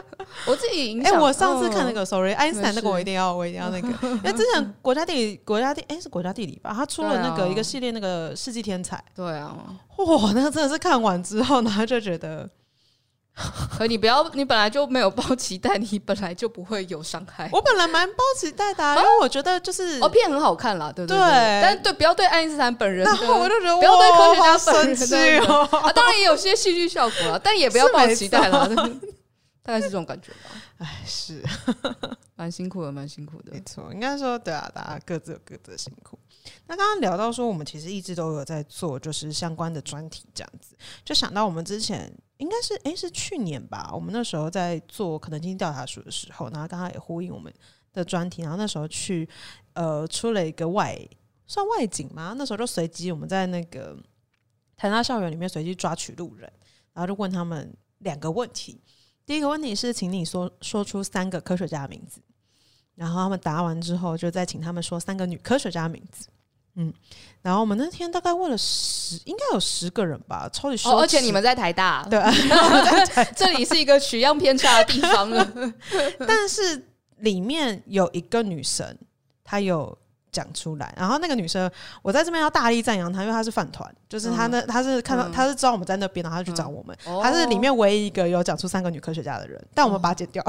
我自己影哎、 响。 我上次看那个、 嗯、 sorry， 爱因斯坦那个我一定要，我一定要那个，因为之前国家地理，国家地哎、欸、是国家地理吧，他出了那个、啊、一个系列，那个世纪天才。 对啊， 哇，那个真的是看完之后，然后就觉得。 可你不要，你本来就没有抱期待，你本来就不会有伤害。 我本来蛮抱期待的、啊，因为我觉得就是哦，片很好看啦，对对 对, 对， 但对不要对爱因斯坦本人， 然后我就觉得不要对科学家本人哦啊，当然也有些戏剧效果啦，但也不要抱期待啦，大概是这种感觉吧。 哎，是蛮辛苦的，蛮辛苦的， 没错，应该说对啊，大家各自有各自的辛苦。那刚刚聊到说，我们其实一直都有在做，就是相关的专题这样子，就想到我们之前应该是哎、欸、是去年吧，我们那时候在做可能性调查署的时候，然后刚刚也呼应我们的专题，然后那时候去呃出了一个外算外景吗？那时候就随机我们在那个台大校园里面随机抓取路人，然后就问他们两个问题。第一个问题是，请你说说出三个科学家的名字，然后他们答完之后，就再请他们说三个女科学家的名字。嗯，然后我们那天大概问了十，应该有十个人吧，超级羞耻、 哦、而且你们在台大， 对， 这里是一个取样偏差的地方了。 但是里面有一个女生，她有讲出来，然后那个女生，我在这边要大力赞扬她，因为她是饭团，就是她那、嗯、她是看到、嗯、她是知道我们在那边，然后她就去找我们、嗯，她是里面唯一一个有讲出三个女科学家的人，但我们把她剪掉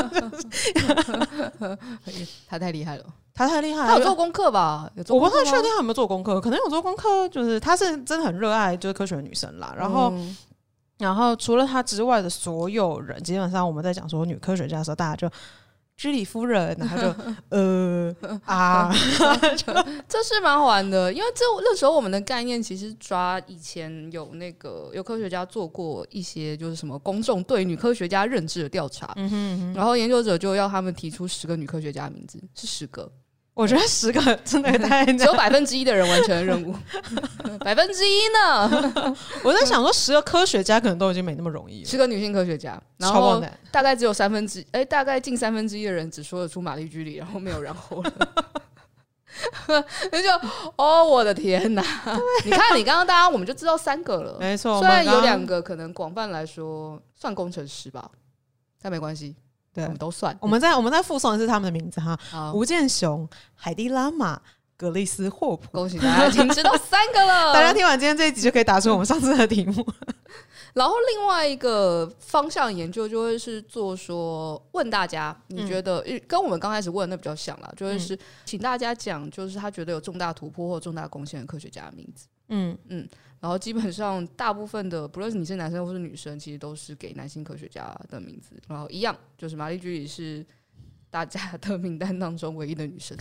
了。 她太厉害了。 他太厉害了， 他有做功课吧？有做功课吗？ 我不太确定他有没有做功课，可能有做功课。就是她是真的很热爱就是科学的女生啦。然后，嗯、然后除了她之外的所有人，基本上我们在讲说女科学家的时候，大家就居里夫人，然后就呃啊， 这是蛮好玩的，因为这那时候我们的概念其实抓以前有那个有科学家做过一些就是什么公众对女科学家认知的调查、嗯哼嗯哼，然后研究者就要他们提出十个女科学家的名字，是十个。 我觉得十个真的太只有百分之一的人完成了任务，百分之一呢？ 我在想说，十个科学家可能都已经没那么容易了。 十个女性科学家，然后大概只有三分之哎、欸，大概近三分之一的人只说得出玛丽居里，然后没有然后了。那就哦，我的天哪！你看，你刚刚大家我们就知道三个了， 没错。 虽然有两个可能广泛来说算工程师吧，但没关系。对，我们都算。 我们再我们再附送的是他们的名字哈：吴健雄、海蒂拉玛、格丽斯霍普。 恭喜大家已经知道三个了。 大家听完今天这一集就可以答出我们上次的题目。 然后另外一个方向研究就会是做说问大家，你觉得、嗯、跟我们刚开始问的那比较像啦，就会是请大家讲，就是他觉得有重大突破或重大贡献的科学家的名字。嗯嗯。然后基本上大部分的不论是你是男生或是女生，其实都是给男性科学家的名字，然后一样就是玛丽居里是大家的名单当中唯一的女生。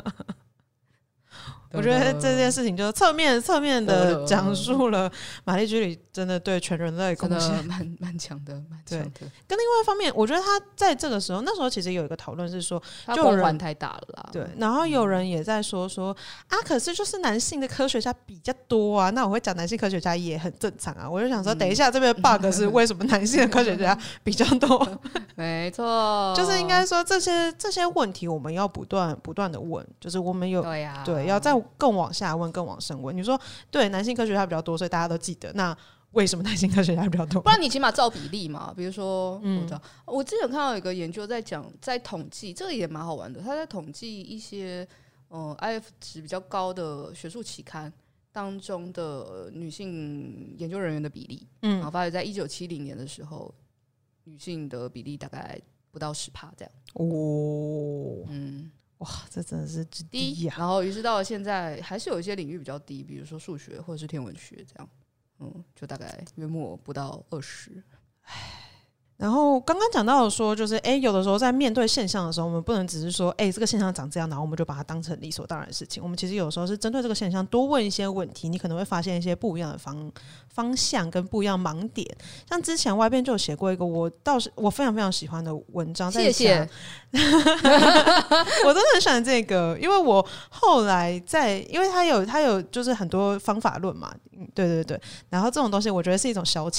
我觉得这件事情就侧面侧面的讲述了玛丽居里真的对全人类贡献蛮蛮强的，蛮强的。 跟另外一方面，我觉得他在这个时候，那时候其实有一个讨论是说， 他光环太大了啦。 对，然后有人也在说说啊，可是就是男性的科学家比较多啊，那我会讲男性科学家也很正常啊。我就想说，等一下这边的 bug 是为什么男性的科学家比较多？ 没错， 就是应该说这些这些问题我们要不断不断的问，就是我们有对呀、啊， 对要再更往下问，更往深问。你说对，男性科学家比较多，所以大家都记得。那为什么男性科学家比较多？ 不然你起码照比例嘛。比如说，嗯、我知道，我之前有看到有一个研究在讲，在统计，这个也蛮好玩的。他在统计一些呃 I F 值比较高的学术期刊当中的女性研究人员的比例，嗯，然后发现在一九七零年的时候，女性的比例大概不到十趴这样。哦，嗯。 哇，这真的是低呀、啊！然后，于是到了现在，还是有一些领域比较低，比如说数学或者是天文学这样，嗯，就大概约莫不到二十。 然后刚刚讲到的说，就是哎，有的时候在面对现象的时候，我们不能只是说，哎，这个现象长这样，然后我们就把它当成理所当然的事情。我们其实有的时候是针对这个现象多问一些问题，你可能会发现一些不一样的方方向跟不一样的盲点。像之前外边就有写过一个我倒是我非常非常喜欢的文章， 谢谢。 我真的很喜欢这个，因为我后来在，因为他有他有就是很多方法论嘛，对对对，然后这种东西我觉得是一种消遣。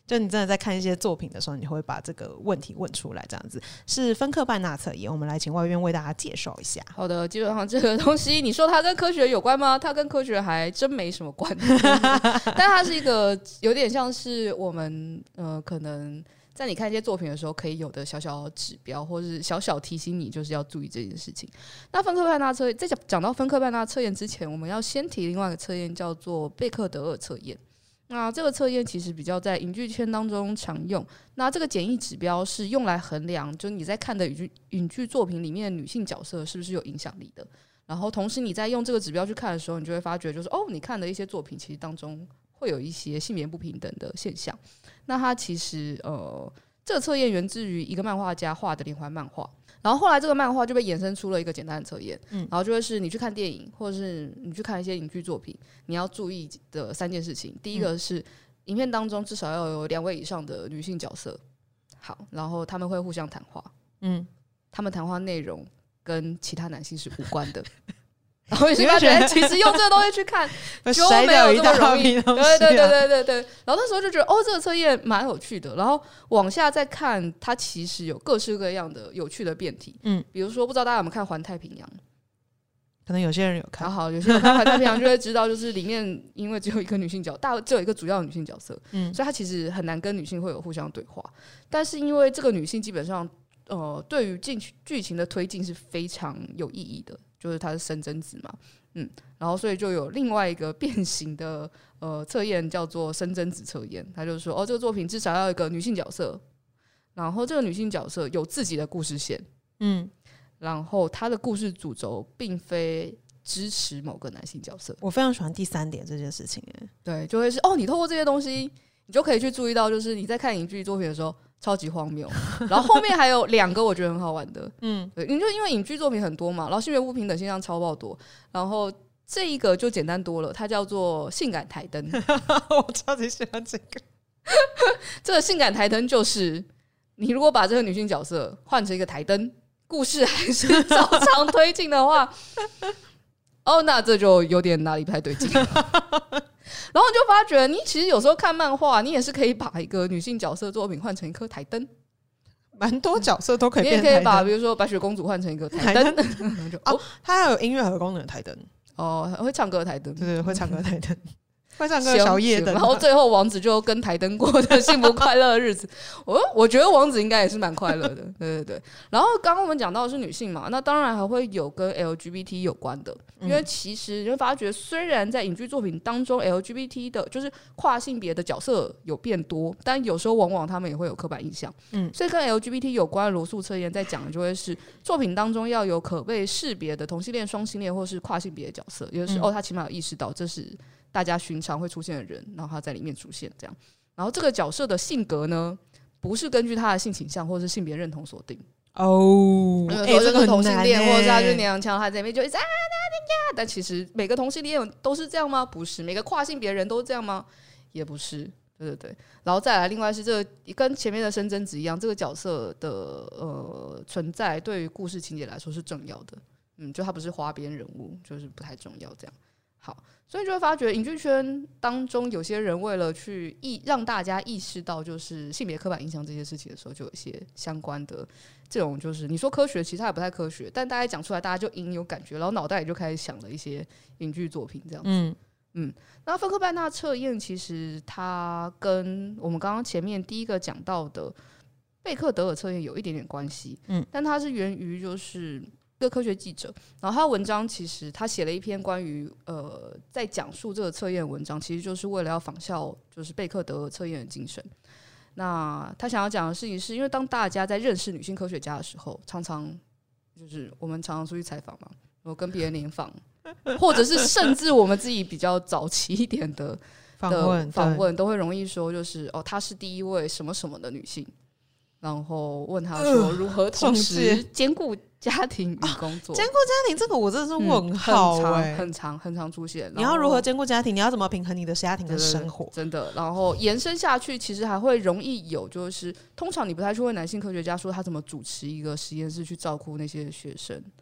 就你真的在看一些作品的时候，你会把这个问题问出来，这样子是芬克拜纳测验。我们来请外院为大家介绍一下。 好的，基本上这个东西，你说它跟科学有关吗？它跟科学还真没什么关，但它是一个有点像是我们呃，可能在你看一些作品的时候可以有的小小指标，或是小小提醒你，就是要注意这件事情。那芬克拜纳测验，在讲到芬克拜纳测验之前，我们要先提另外一个测验，叫做贝克德尔测验。那这个测验其实比较在影剧圈当中常用。那这个简易指标是用来衡量，就是你在看的影剧影剧作品里面的女性角色是不是有影响力的。然后同时你在用这个指标去看的时候，你就会发觉，就是哦，你看的一些作品其实当中会有一些性别不平等的现象。那它其实呃，这个测验源自于一个漫画家画的连环漫画。然后后来这个漫画就被衍生出了一个简单的测验，嗯，然后就会是你去看电影，或者是你去看一些影剧作品，你要注意的三件事情。第一个是影片当中至少要有两位以上的女性角色，好，然后他们会互相谈话，嗯，他们谈话内容跟其他男性是无关的。然后你发觉其实用这个东西去看就没有这么容易，对对对对对对。然后那时候就觉得哦，这个测验蛮有趣的。然后往下再看，它其实有各式各样的有趣的辩题，嗯，比如说不知道大家有没有看《环太平洋》？ 可能有些人有看， 好，有些人看《环太平洋》就会知道，就是里面因为只有一个女性角，大只有一个主要的女性角色，嗯，所以它其实很难跟女性会有互相对话。但是因为这个女性基本上，呃，对于进剧情的推进是非常有意义的。就是它是深贞子嘛，嗯，然后所以就有另外一个变形的呃测验叫做深贞子测验，它就是说哦，这个作品至少要有一个女性角色，然后这个女性角色有自己的故事线，嗯，然后她的故事主轴并非支持某个男性角色。 我非常喜欢第三点这件事情，哎， 对，就会是哦，你透过这些东西，你就可以去注意到，就是你在看影剧作品的时候。超级荒谬，然后后面还有两个我觉得很好玩的，嗯，对，你就因为影剧作品很多嘛，然后性别不平等现象超爆多，然后这一个就简单多了，它叫做性感台灯。 我超级喜欢这个， 这个性感台灯就是你如果把这个女性角色换成一个台灯，故事还是照常推进的话，哦，那这就有点哪里不太对劲。然后你就发觉，你其实有时候看漫画，你也是可以把一个女性角色作品换成一颗台灯， 蛮多角色都可以变台灯。 你也可以把比如说白雪公主换成一个台灯， 就哦，它还有音乐和功能的台灯哦，会唱歌的台灯， 对对，会唱歌的台灯。会唱歌的小夜灯， 然后最后王子就跟台灯过的幸福快乐的日子。我我觉得王子应该也是蛮快乐的，对对对。然后刚刚我们讲到的是女性嘛，那当然还会有跟 L G B T 有关的，因为其实你会发觉，虽然在影剧作品当中 L G B T 的就是跨性别的角色有变多，但有时候往往他们也会有刻板印象。嗯，所以跟 L G B T 有关的罗素测验在讲的就会是作品当中要有可被识别的同性恋、双性恋或是跨性别的角色，也就是、嗯、哦，他起码有意识到这是。大家寻常会出现的人，然后他在里面出现这样，然后这个角色的性格呢，不是根据他的性倾向或者是性别认同所定哦， 有时候就是同性恋，或者是他就是娘腔，他这边就一直啊呀，但其实每个同性恋都是这样吗？不是，每个跨性别人都这样吗？也不是，对对对。然后再来，另外是这个跟前面的深贞子一样，这个角色的呃存在对于故事情节来说是重要的，嗯，就他不是花边人物，就是不太重要这样。好，所以就会发觉影剧圈当中有些人为了去意让大家意识到就是性别刻板印象这些事情的时候，就有一些相关的这种就是你说科学，其实它也不太科学，但大家讲出来，大家就隐有感觉，然后脑袋也就开始想了一些影剧作品这样子。嗯嗯，那芬克拜纳测验其实它跟我们刚刚前面第一个讲到的贝克德尔测验有一点点关系，嗯，但它是源于就是一个科学记者，然后他的文章其实他写了一篇关于呃在讲述这个测验的文章，其实就是为了要仿效就是贝克德尔测验的精神。那他想要讲的事情是，因为当大家在认识女性科学家的时候，常常就是我们常常出去采访嘛，我跟别人联访，或者是甚至我们自己比较早期一点的访问访问，都会容易说就是哦，她是第一位什么什么的女性。然后问他说如何同时兼顾家庭与工作、啊、 兼顾家庭这个我真的是问号、欸嗯、很常很常出现。 你要如何兼顾家庭，你要怎么平衡你的家庭跟生活， 对对对真的。然后延伸下去其实还会容易有就是通常你不太去问男性科学家说他怎么主持一个实验室去照顾那些学生，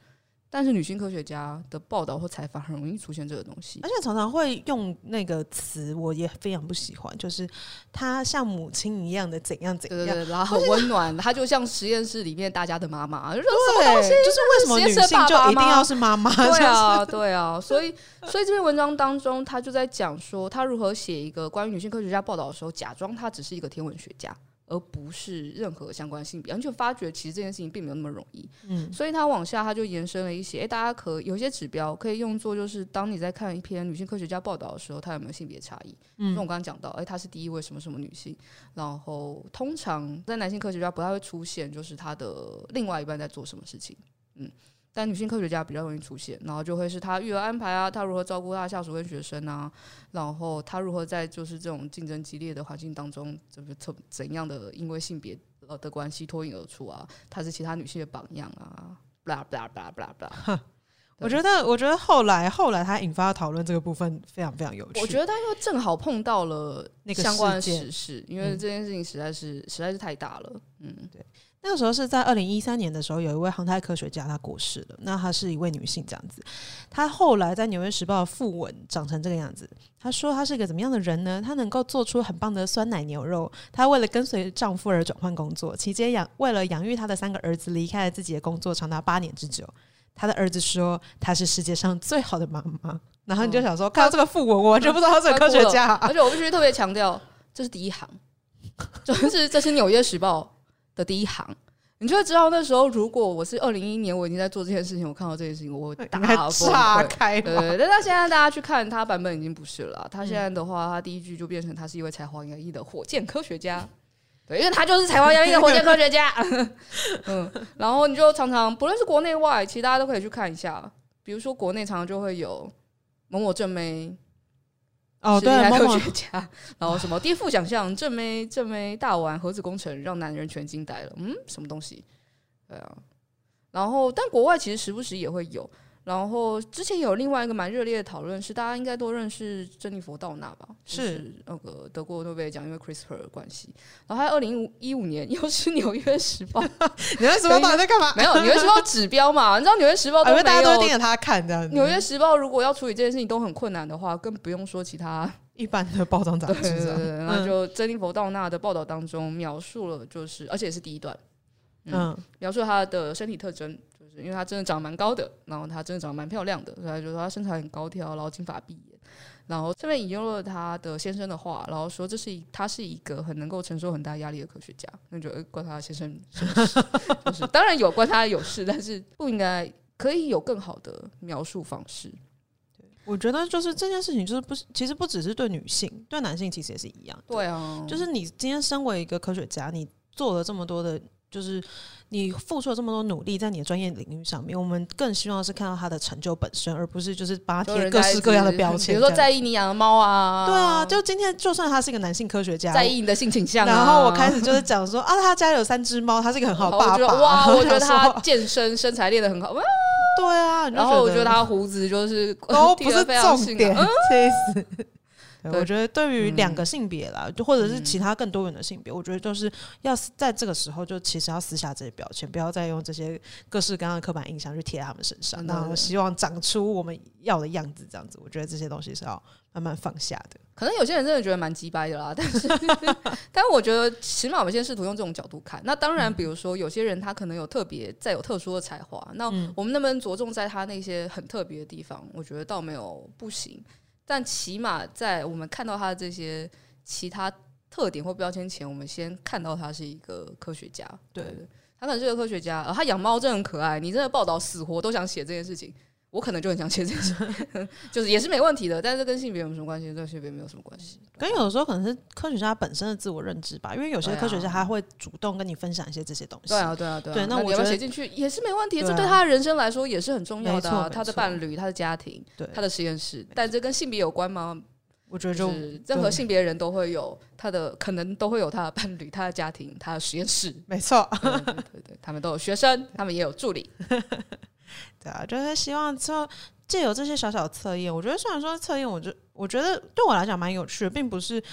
但是女性科学家的报道或采访很容易出现这个东西， 而且常常会用那个词，我也非常不喜欢，就是她像母亲一样的怎样怎样， 对对对，然后很温暖，她就像实验室里面大家的妈妈，就说对， 什么东西， 就是为什么女性就一定要是妈妈？ 对啊，对啊，所以所以这篇文章当中，他就在讲说，他如何写一个关于女性科学家报道的时候，假装他只是一个天文学家。而不是任何相关性别，而且发觉其实这件事情并没有那么容易，嗯，所以他往下他就延伸了一些，哎、欸，大家可有一些指标可以用作，就是当你在看一篇女性科学家报道的时候，它有没有性别差异？嗯，像我刚刚讲到，哎、欸，她是第一位什么什么女性，然后通常在男性科学家不太会出现，就是他的另外一半在做什么事情，嗯。但女性科学家比较容易出现，然后就会是她育儿安排啊，她如何照顾她的下属跟学生啊，然后她如何在就是这种竞争激烈的环境当中，就是怎样的因为性别的关系脱颖而出啊，她是其他女性的榜样啊 ，blah blah blah blah blah。 我觉得，我觉得后来后来他引发讨论这个部分非常非常有趣。 我觉得他又正好碰到了相关的时事，因为这件事情实在是、嗯、实在是太大了。嗯， 对。那个时候是在二零一三年的时候，有一位航太科学家她过世了，那她是一位女性这样子。她后来在《纽约时报》的副文长成这个样子，她说她是一个怎么样的人呢？她能够做出很棒的酸奶牛肉，她为了跟随丈夫而转换工作，期间养为了养育她的三个儿子，离开了自己的工作长达八年之久。她的儿子说她是世界上最好的妈妈，然后你就想说、嗯、看到这个副文我完全不知道她是个科学家、啊、 而且我必须特别强调这是第一行，就是这是《纽约时报》的第一行，你就会知道那时候如果我是二零一一年我已经在做这件事情，我看到这件事情我会大炸开。 对对对，但现在大家去看他版本已经不是了，他现在的话他第一句就变成他是一位才华洋溢的火箭科学家，对，因为他就是才华洋溢的火箭科学家。嗯，然后你就常常不论是国内外，其实大家都可以去看一下，比如说国内常常就会有某某正妹。 哦，对， 科学家，然后什么颠覆想象，正妹正妹大玩核子工程，让男人全惊呆了。嗯，什么东西？对啊。然后，但国外其实时不时也会有。然后之前有另外一个蛮热烈的讨论，是大家应该都认识珍妮佛·道纳吧？是那个得过诺贝尔奖，因为 CRISPR 的关系。然后还有二零一五年又是《纽约时报》，《 纽约时报》到底在干嘛？ 没有，《纽约时报》指标嘛，你知道《纽约时报》都没有， 大家都盯着他看这样子。 《纽约时报》如果要处理这件事情都很困难的话，更不用说其他一般的报章杂志。 对对对，然后就珍妮佛·道纳的报道当中描述了，就是而且是第一段，嗯，嗯描述他的身体特征。因为她真的长得蛮高的，然后她真的长得蛮漂亮的，所以他就说她身材很高挑，然后金发碧眼，然后这边引用了她的先生的话，然后说这是他是一个很能够承受很大压力的科学家。那就关他先生什么事？就是当然有关他有事，但是不应该可以有更好的描述方式。 我觉得就是这件事情，就是不是其实不只是对女性，对男性其实也是一样的。 对啊， 就是你今天身为一个科学家，你做了这么多的。就是你付出了这么多努力在你的专业领域上面，我们更希望是看到他的成就本身，而不是就是把他贴各式各样的标签， 比如说在意你养的猫啊。 对啊，就今天就算他是一个男性科学家， 在意你的性倾向、啊、 然后我开始就是讲说啊，他家有三只猫，他是一个很好的爸爸。 哇，我觉得他健身身材练得很好。 对啊， 然后我觉得他胡子就是都不是重点，气死。 对， 我觉得对于两个性别啦、嗯、或者是其他更多元的性别、嗯、我觉得就是要在这个时候就其实要撕下这些标签，不要再用这些各式各样的刻板印象去贴在他们身上，然后希望长出我们要的样子，这样子我觉得这些东西是要慢慢放下的。 可能有些人真的觉得蛮鸡掰的啦，但是但是我觉得起码我们先试图用这种角度看。那当然比如说有些人他可能有特别再有特殊的才华，那我们能不能着重在他那些很特别的地方，我觉得倒没有不行，但起码在我们看到他的这些其他特点或标签前，我们先看到他是一个科学家。 对, 对，他可能是个科学家、呃、他养猫真的很可爱，你真的报道死活都想写这件事情，我可能就很想写这件事情就是也是没问题的，但是跟性别有什么关系？跟性别没有什么关系， 跟有的时候可能是科学家本身的自我认知吧，因为有些科学家他会主动跟你分享一些这些东西。 对啊对啊对啊， 对，那我觉得写进去也是没问题、啊、这对他的人生来说也是很重要的、啊、他的伴侣、他的家庭、他的实验室，但这跟性别有关吗？ 我觉得就、 就是任何性别人都会有他的，可能都会有他的伴侣、他的家庭、他的实验室。 没错， 对对对对，他们都有学生，他们也有助理。 对啊，就是希望之后藉由这些小小的测验，我觉得虽然说测验，我就我觉得对我来讲蛮有趣的，并不是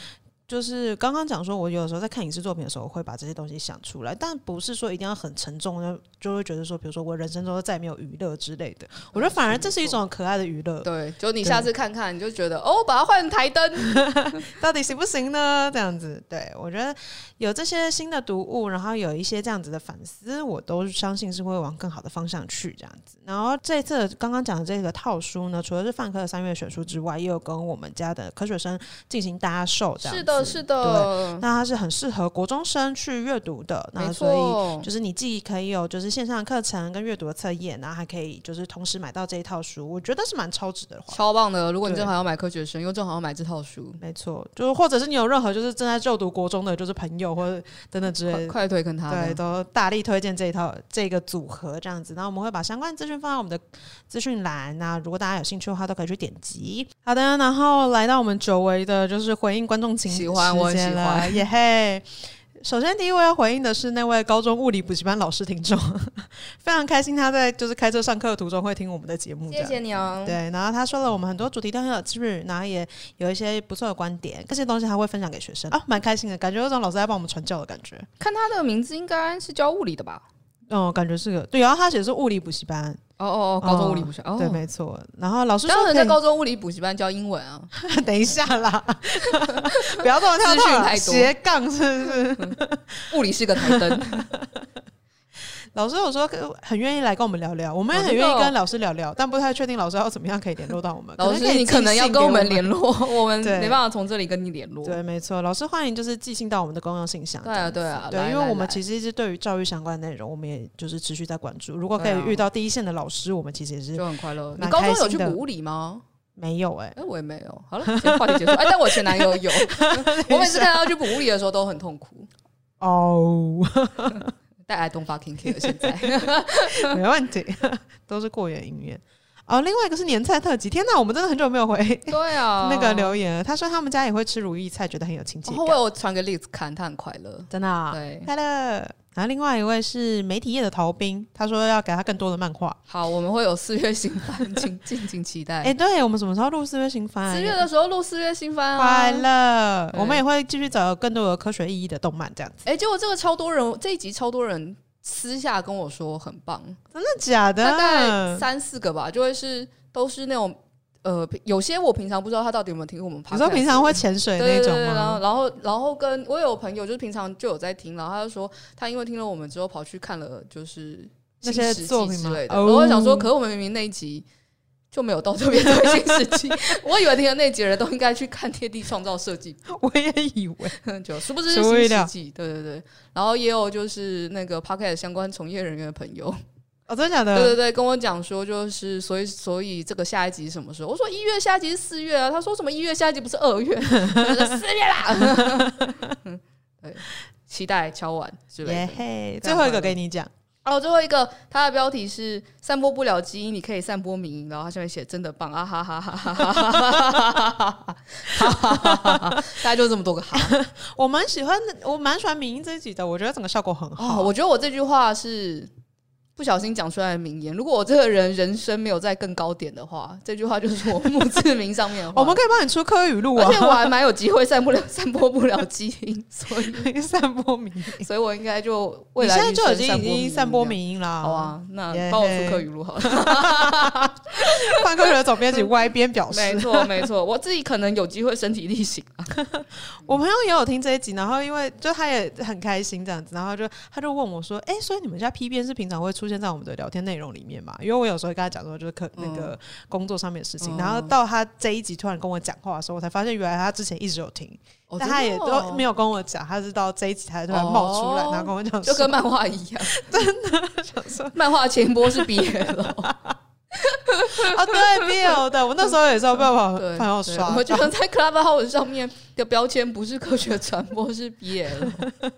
就是刚刚讲说，我有的时候在看影视作品的时候，会把这些东西想出来，但不是说一定要很沉重的，就会觉得说，比如说我人生中再也没有娱乐之类的。我觉得反而这是一种可爱的娱乐。 对，就你下次看看，你就觉得哦，把它换成台灯， 到底行不行呢？这样子，对我觉得有这些新的读物，然后有一些这样子的反思，我都相信是会往更好的方向去这样子。然后这次刚刚讲的这个套书呢，除了是泛科的三月选书之外，也有跟我们家的科学生进行搭售，这样子。 是的，是的。 那它是很适合国中生去阅读的，那所以就是你既可以有就是线上的课程跟阅读的测验，然后还可以就是同时买到这一套书，我觉得是蛮超值的话， 超棒的。如果你正好要买科学生，又正好要买这套书， 没错，就是或者是你有任何就是正在就读国中的，就是朋友或者等等之类的， 快快推跟他， 对，都大力推荐这一套这个组合这样子。然后我们会把相关资讯放在我们的资讯栏，那如果大家有兴趣的话，都可以去点击。好的，然后来到我们久违的就是回应观众情喜欢，我很喜欢， 耶嘿。首先第一位要回应的是那位高中物理补习班老师听众，非常开心他在就是开车上课的途中会听我们的节目， 谢谢你哦。 对，然后他说了我们很多主题都很有趣，然后也有一些不错的观点，这些东西他会分享给学生啊，蛮开心的，感觉有种老师在帮我们传教的感觉。 看他的名字应该是教物理的吧？ 嗯，感觉是个对，然后他写的是物理补习班。 哦哦哦，高中物理补习班、哦， 对，没错。然后老师说， 当然在高中物理补习班教英文啊。 等一下啦，不要这么跳套了，斜杠是不是？ 嗯、物理是个台灯。 老师有说很愿意来跟我们聊聊，我们也很愿意跟老师聊聊，但不太确定老师要怎么样可以联络到我们。 老师，你可能要跟我们联络，我们没办法从这里跟你联络。 对，没错，老师欢迎就是寄信到我们的公用信箱。 对啊，对啊， 对，因为我们其实一直对于教育相关的内容，我们也就是持续在关注。如果可以遇到第一线的老师，我们其实也是就很快乐。你高中有去补物理吗？ 没有哎、 欸，哎、欸，我也没有。好了，话题结束。哎、欸，但我前男友有。我每次看他去补物理的时候都很痛苦。 哦。 带来东方 King Care 现在没问题，都是过眼云烟。哦，另外一个是年菜特辑，天哪，我们真的很久没有回对啊那个留言了。他说他们家也会吃如意菜，觉得很有亲切感。 后来我传给 Liz 看，他很快乐， 真的、啊， 对， 快乐。然后另外一位是媒体业的逃兵，他说要给他更多的漫画。 好，我们会有四月新番，请敬请期待。 哎、欸，对，我们什么时候录四月新番？ 四月的时候录四月新番啊， 快乐。我们也会继续找更多有科学意义的动漫，这样子。 哎、欸，结果这个超多人，这一集超多人。私下跟我说很棒， 真的假的？ 大概三四个吧，就会是都是那种呃，有些我平常不知道他到底有没有听过我们 podcast。你说平常会潜水那种吗？ 对对对，然后然后然后跟我有朋友就是平常就有在听，然后他就说他因为听了我们之后跑去看了就是那些作品之类的， 哦、 然后我想说，可是我们明明那一集。就没有到这边推新世纪，我以为听了那集的人都应该去看《贴地创造设计》， 我也以为， 就殊不知是新世纪，对对对。然后也有就是那个 Podcast 相关从业人员的朋友， 哦，真的假的？ 对对对，跟我讲说就是所以所以这个下一集什么时候？我说一月下一集是四月啊，他说什么一月下一集不是二月，四月啦。对，期待敲碗之类的。 耶嘿，最后一个给你讲。 哦，最后一个，它的标题是“散播不了基因，你可以散播迷因”，然后它下面写“真的棒啊哈哈哈哈哈哈哈哈”，大概就这么多个哈。 我蛮喜欢，我蛮喜欢迷因这一集的，我觉得整个效果很好。 哦、我觉得我这句话是不小心讲出来的名言。如果我这个人人生没有在更高点的话，这句话就是我墓志铭上面的话。 我们可以帮你出科语录啊， 而且我还蛮有机会散不了、散播不了基因，所以散播迷因， 所以我应该就未来你现在就已经已经散播迷因啦。 好啊，那帮我出科语录好了。 范科学的总编辑歪边表示， 没错没错，我自己可能有机会身体力行啊。 我朋友也有听这一集，然后因为就他也很开心这样子，然后就他就问我说：“哎、欸，所以你们家 P 编是平常会出现在我们的聊天内容里面嘛？”因为我有时候会跟他讲说，就是可那个工作上面的事情，嗯、然后到他这一集突然跟我讲话的时候，我才发现原来他之前一直有听，哦、但他也都没有跟我讲，他是到这一集才突然冒出来，哦、然后跟我讲， 就跟漫画一样， 真的想说漫画前播是 B L。 哦，对 B L 的，我那时候也是被我朋友刷， 我觉得在 Clubhouse 上面的标签不是科学传播，是 B L。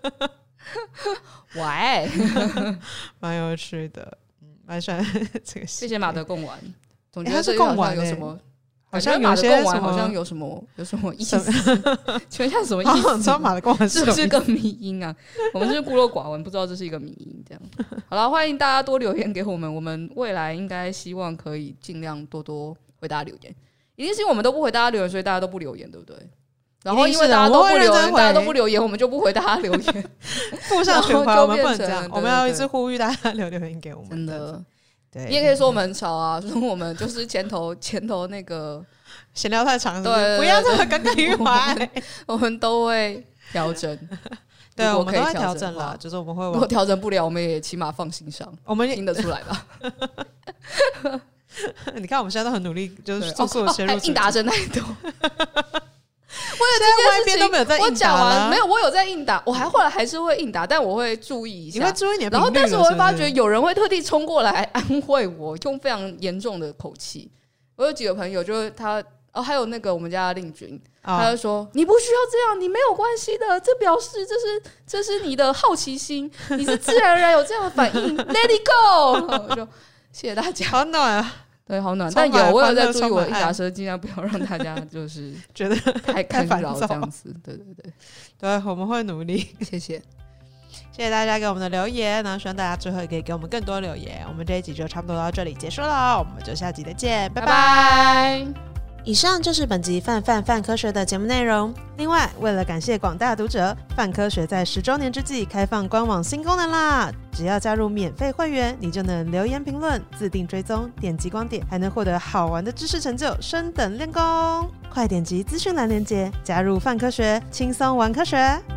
喂， 蛮有趣的，嗯，蛮喜欢这个。 谢谢马德贡丸，总觉得这贡丸有什么？ 好像马德贡丸好像像有什么有什么意思？请问一下什么意思？ 知道马德贡丸是不是个迷因啊？我们是孤陋寡闻，不知道这是一个迷因。这样好了，欢迎大家多留言给我们，我们未来应该希望可以尽量多多回大家留言。一定是因为我们都不回大家留言，所以大家都不留言，对不对？ 然后因为大家都不留言，大家都不留言，我们就不回大家留言， 负向循环，我们不能这样，我们要一直呼吁大家留留言给我们。 真的， 对， 你也可以说我们很吵啊，说我们就是前头前头那个闲聊太长是不是， 对， 不要这么耿耿于怀， 我们都会调整。 对，我们都会调整了，就是我们会往， 如果调整不了，我们也起码放心上， 我们听得出来吧。 你看我们现在都很努力，就是速速的切入、哦哦、 应答真太多。我有这件事情都没有在应答， 我讲完没有，我有在应答，我还后来还是会应答，但我会注意一下， 你会注意你的频率， 然后但是我会发觉有人会特地冲过来安慰我，用非常严重的口气。我有几个朋友，就是他哦，还有那个我们家的令君，哦、他就说你不需要这样，你没有关系的，这表示这是这是你的好奇心，你是自然而然有这样的反应，Let it go。我就谢谢大家， 好暖啊。 对，好暖，但有我有在注意我的应答声，尽量不要让大家就是觉得太干扰这样子。对对对， 对，我们会努力。 谢谢， 谢谢大家给我们的留言，然后希望大家最后也可以给我们更多留言。我们这一集就差不多到这里结束了，我们就下集再见，拜拜。 拜拜。 以上就是本集泛泛泛科学的节目内容。另外，为了感谢广大读者，泛科学在十周年之际开放官网新功能啦！只要加入免费会员，你就能留言评论、自定追踪、点击光点，还能获得好玩的知识成就，升等练功。快点击资讯栏连结，加入泛科学，轻松玩科学。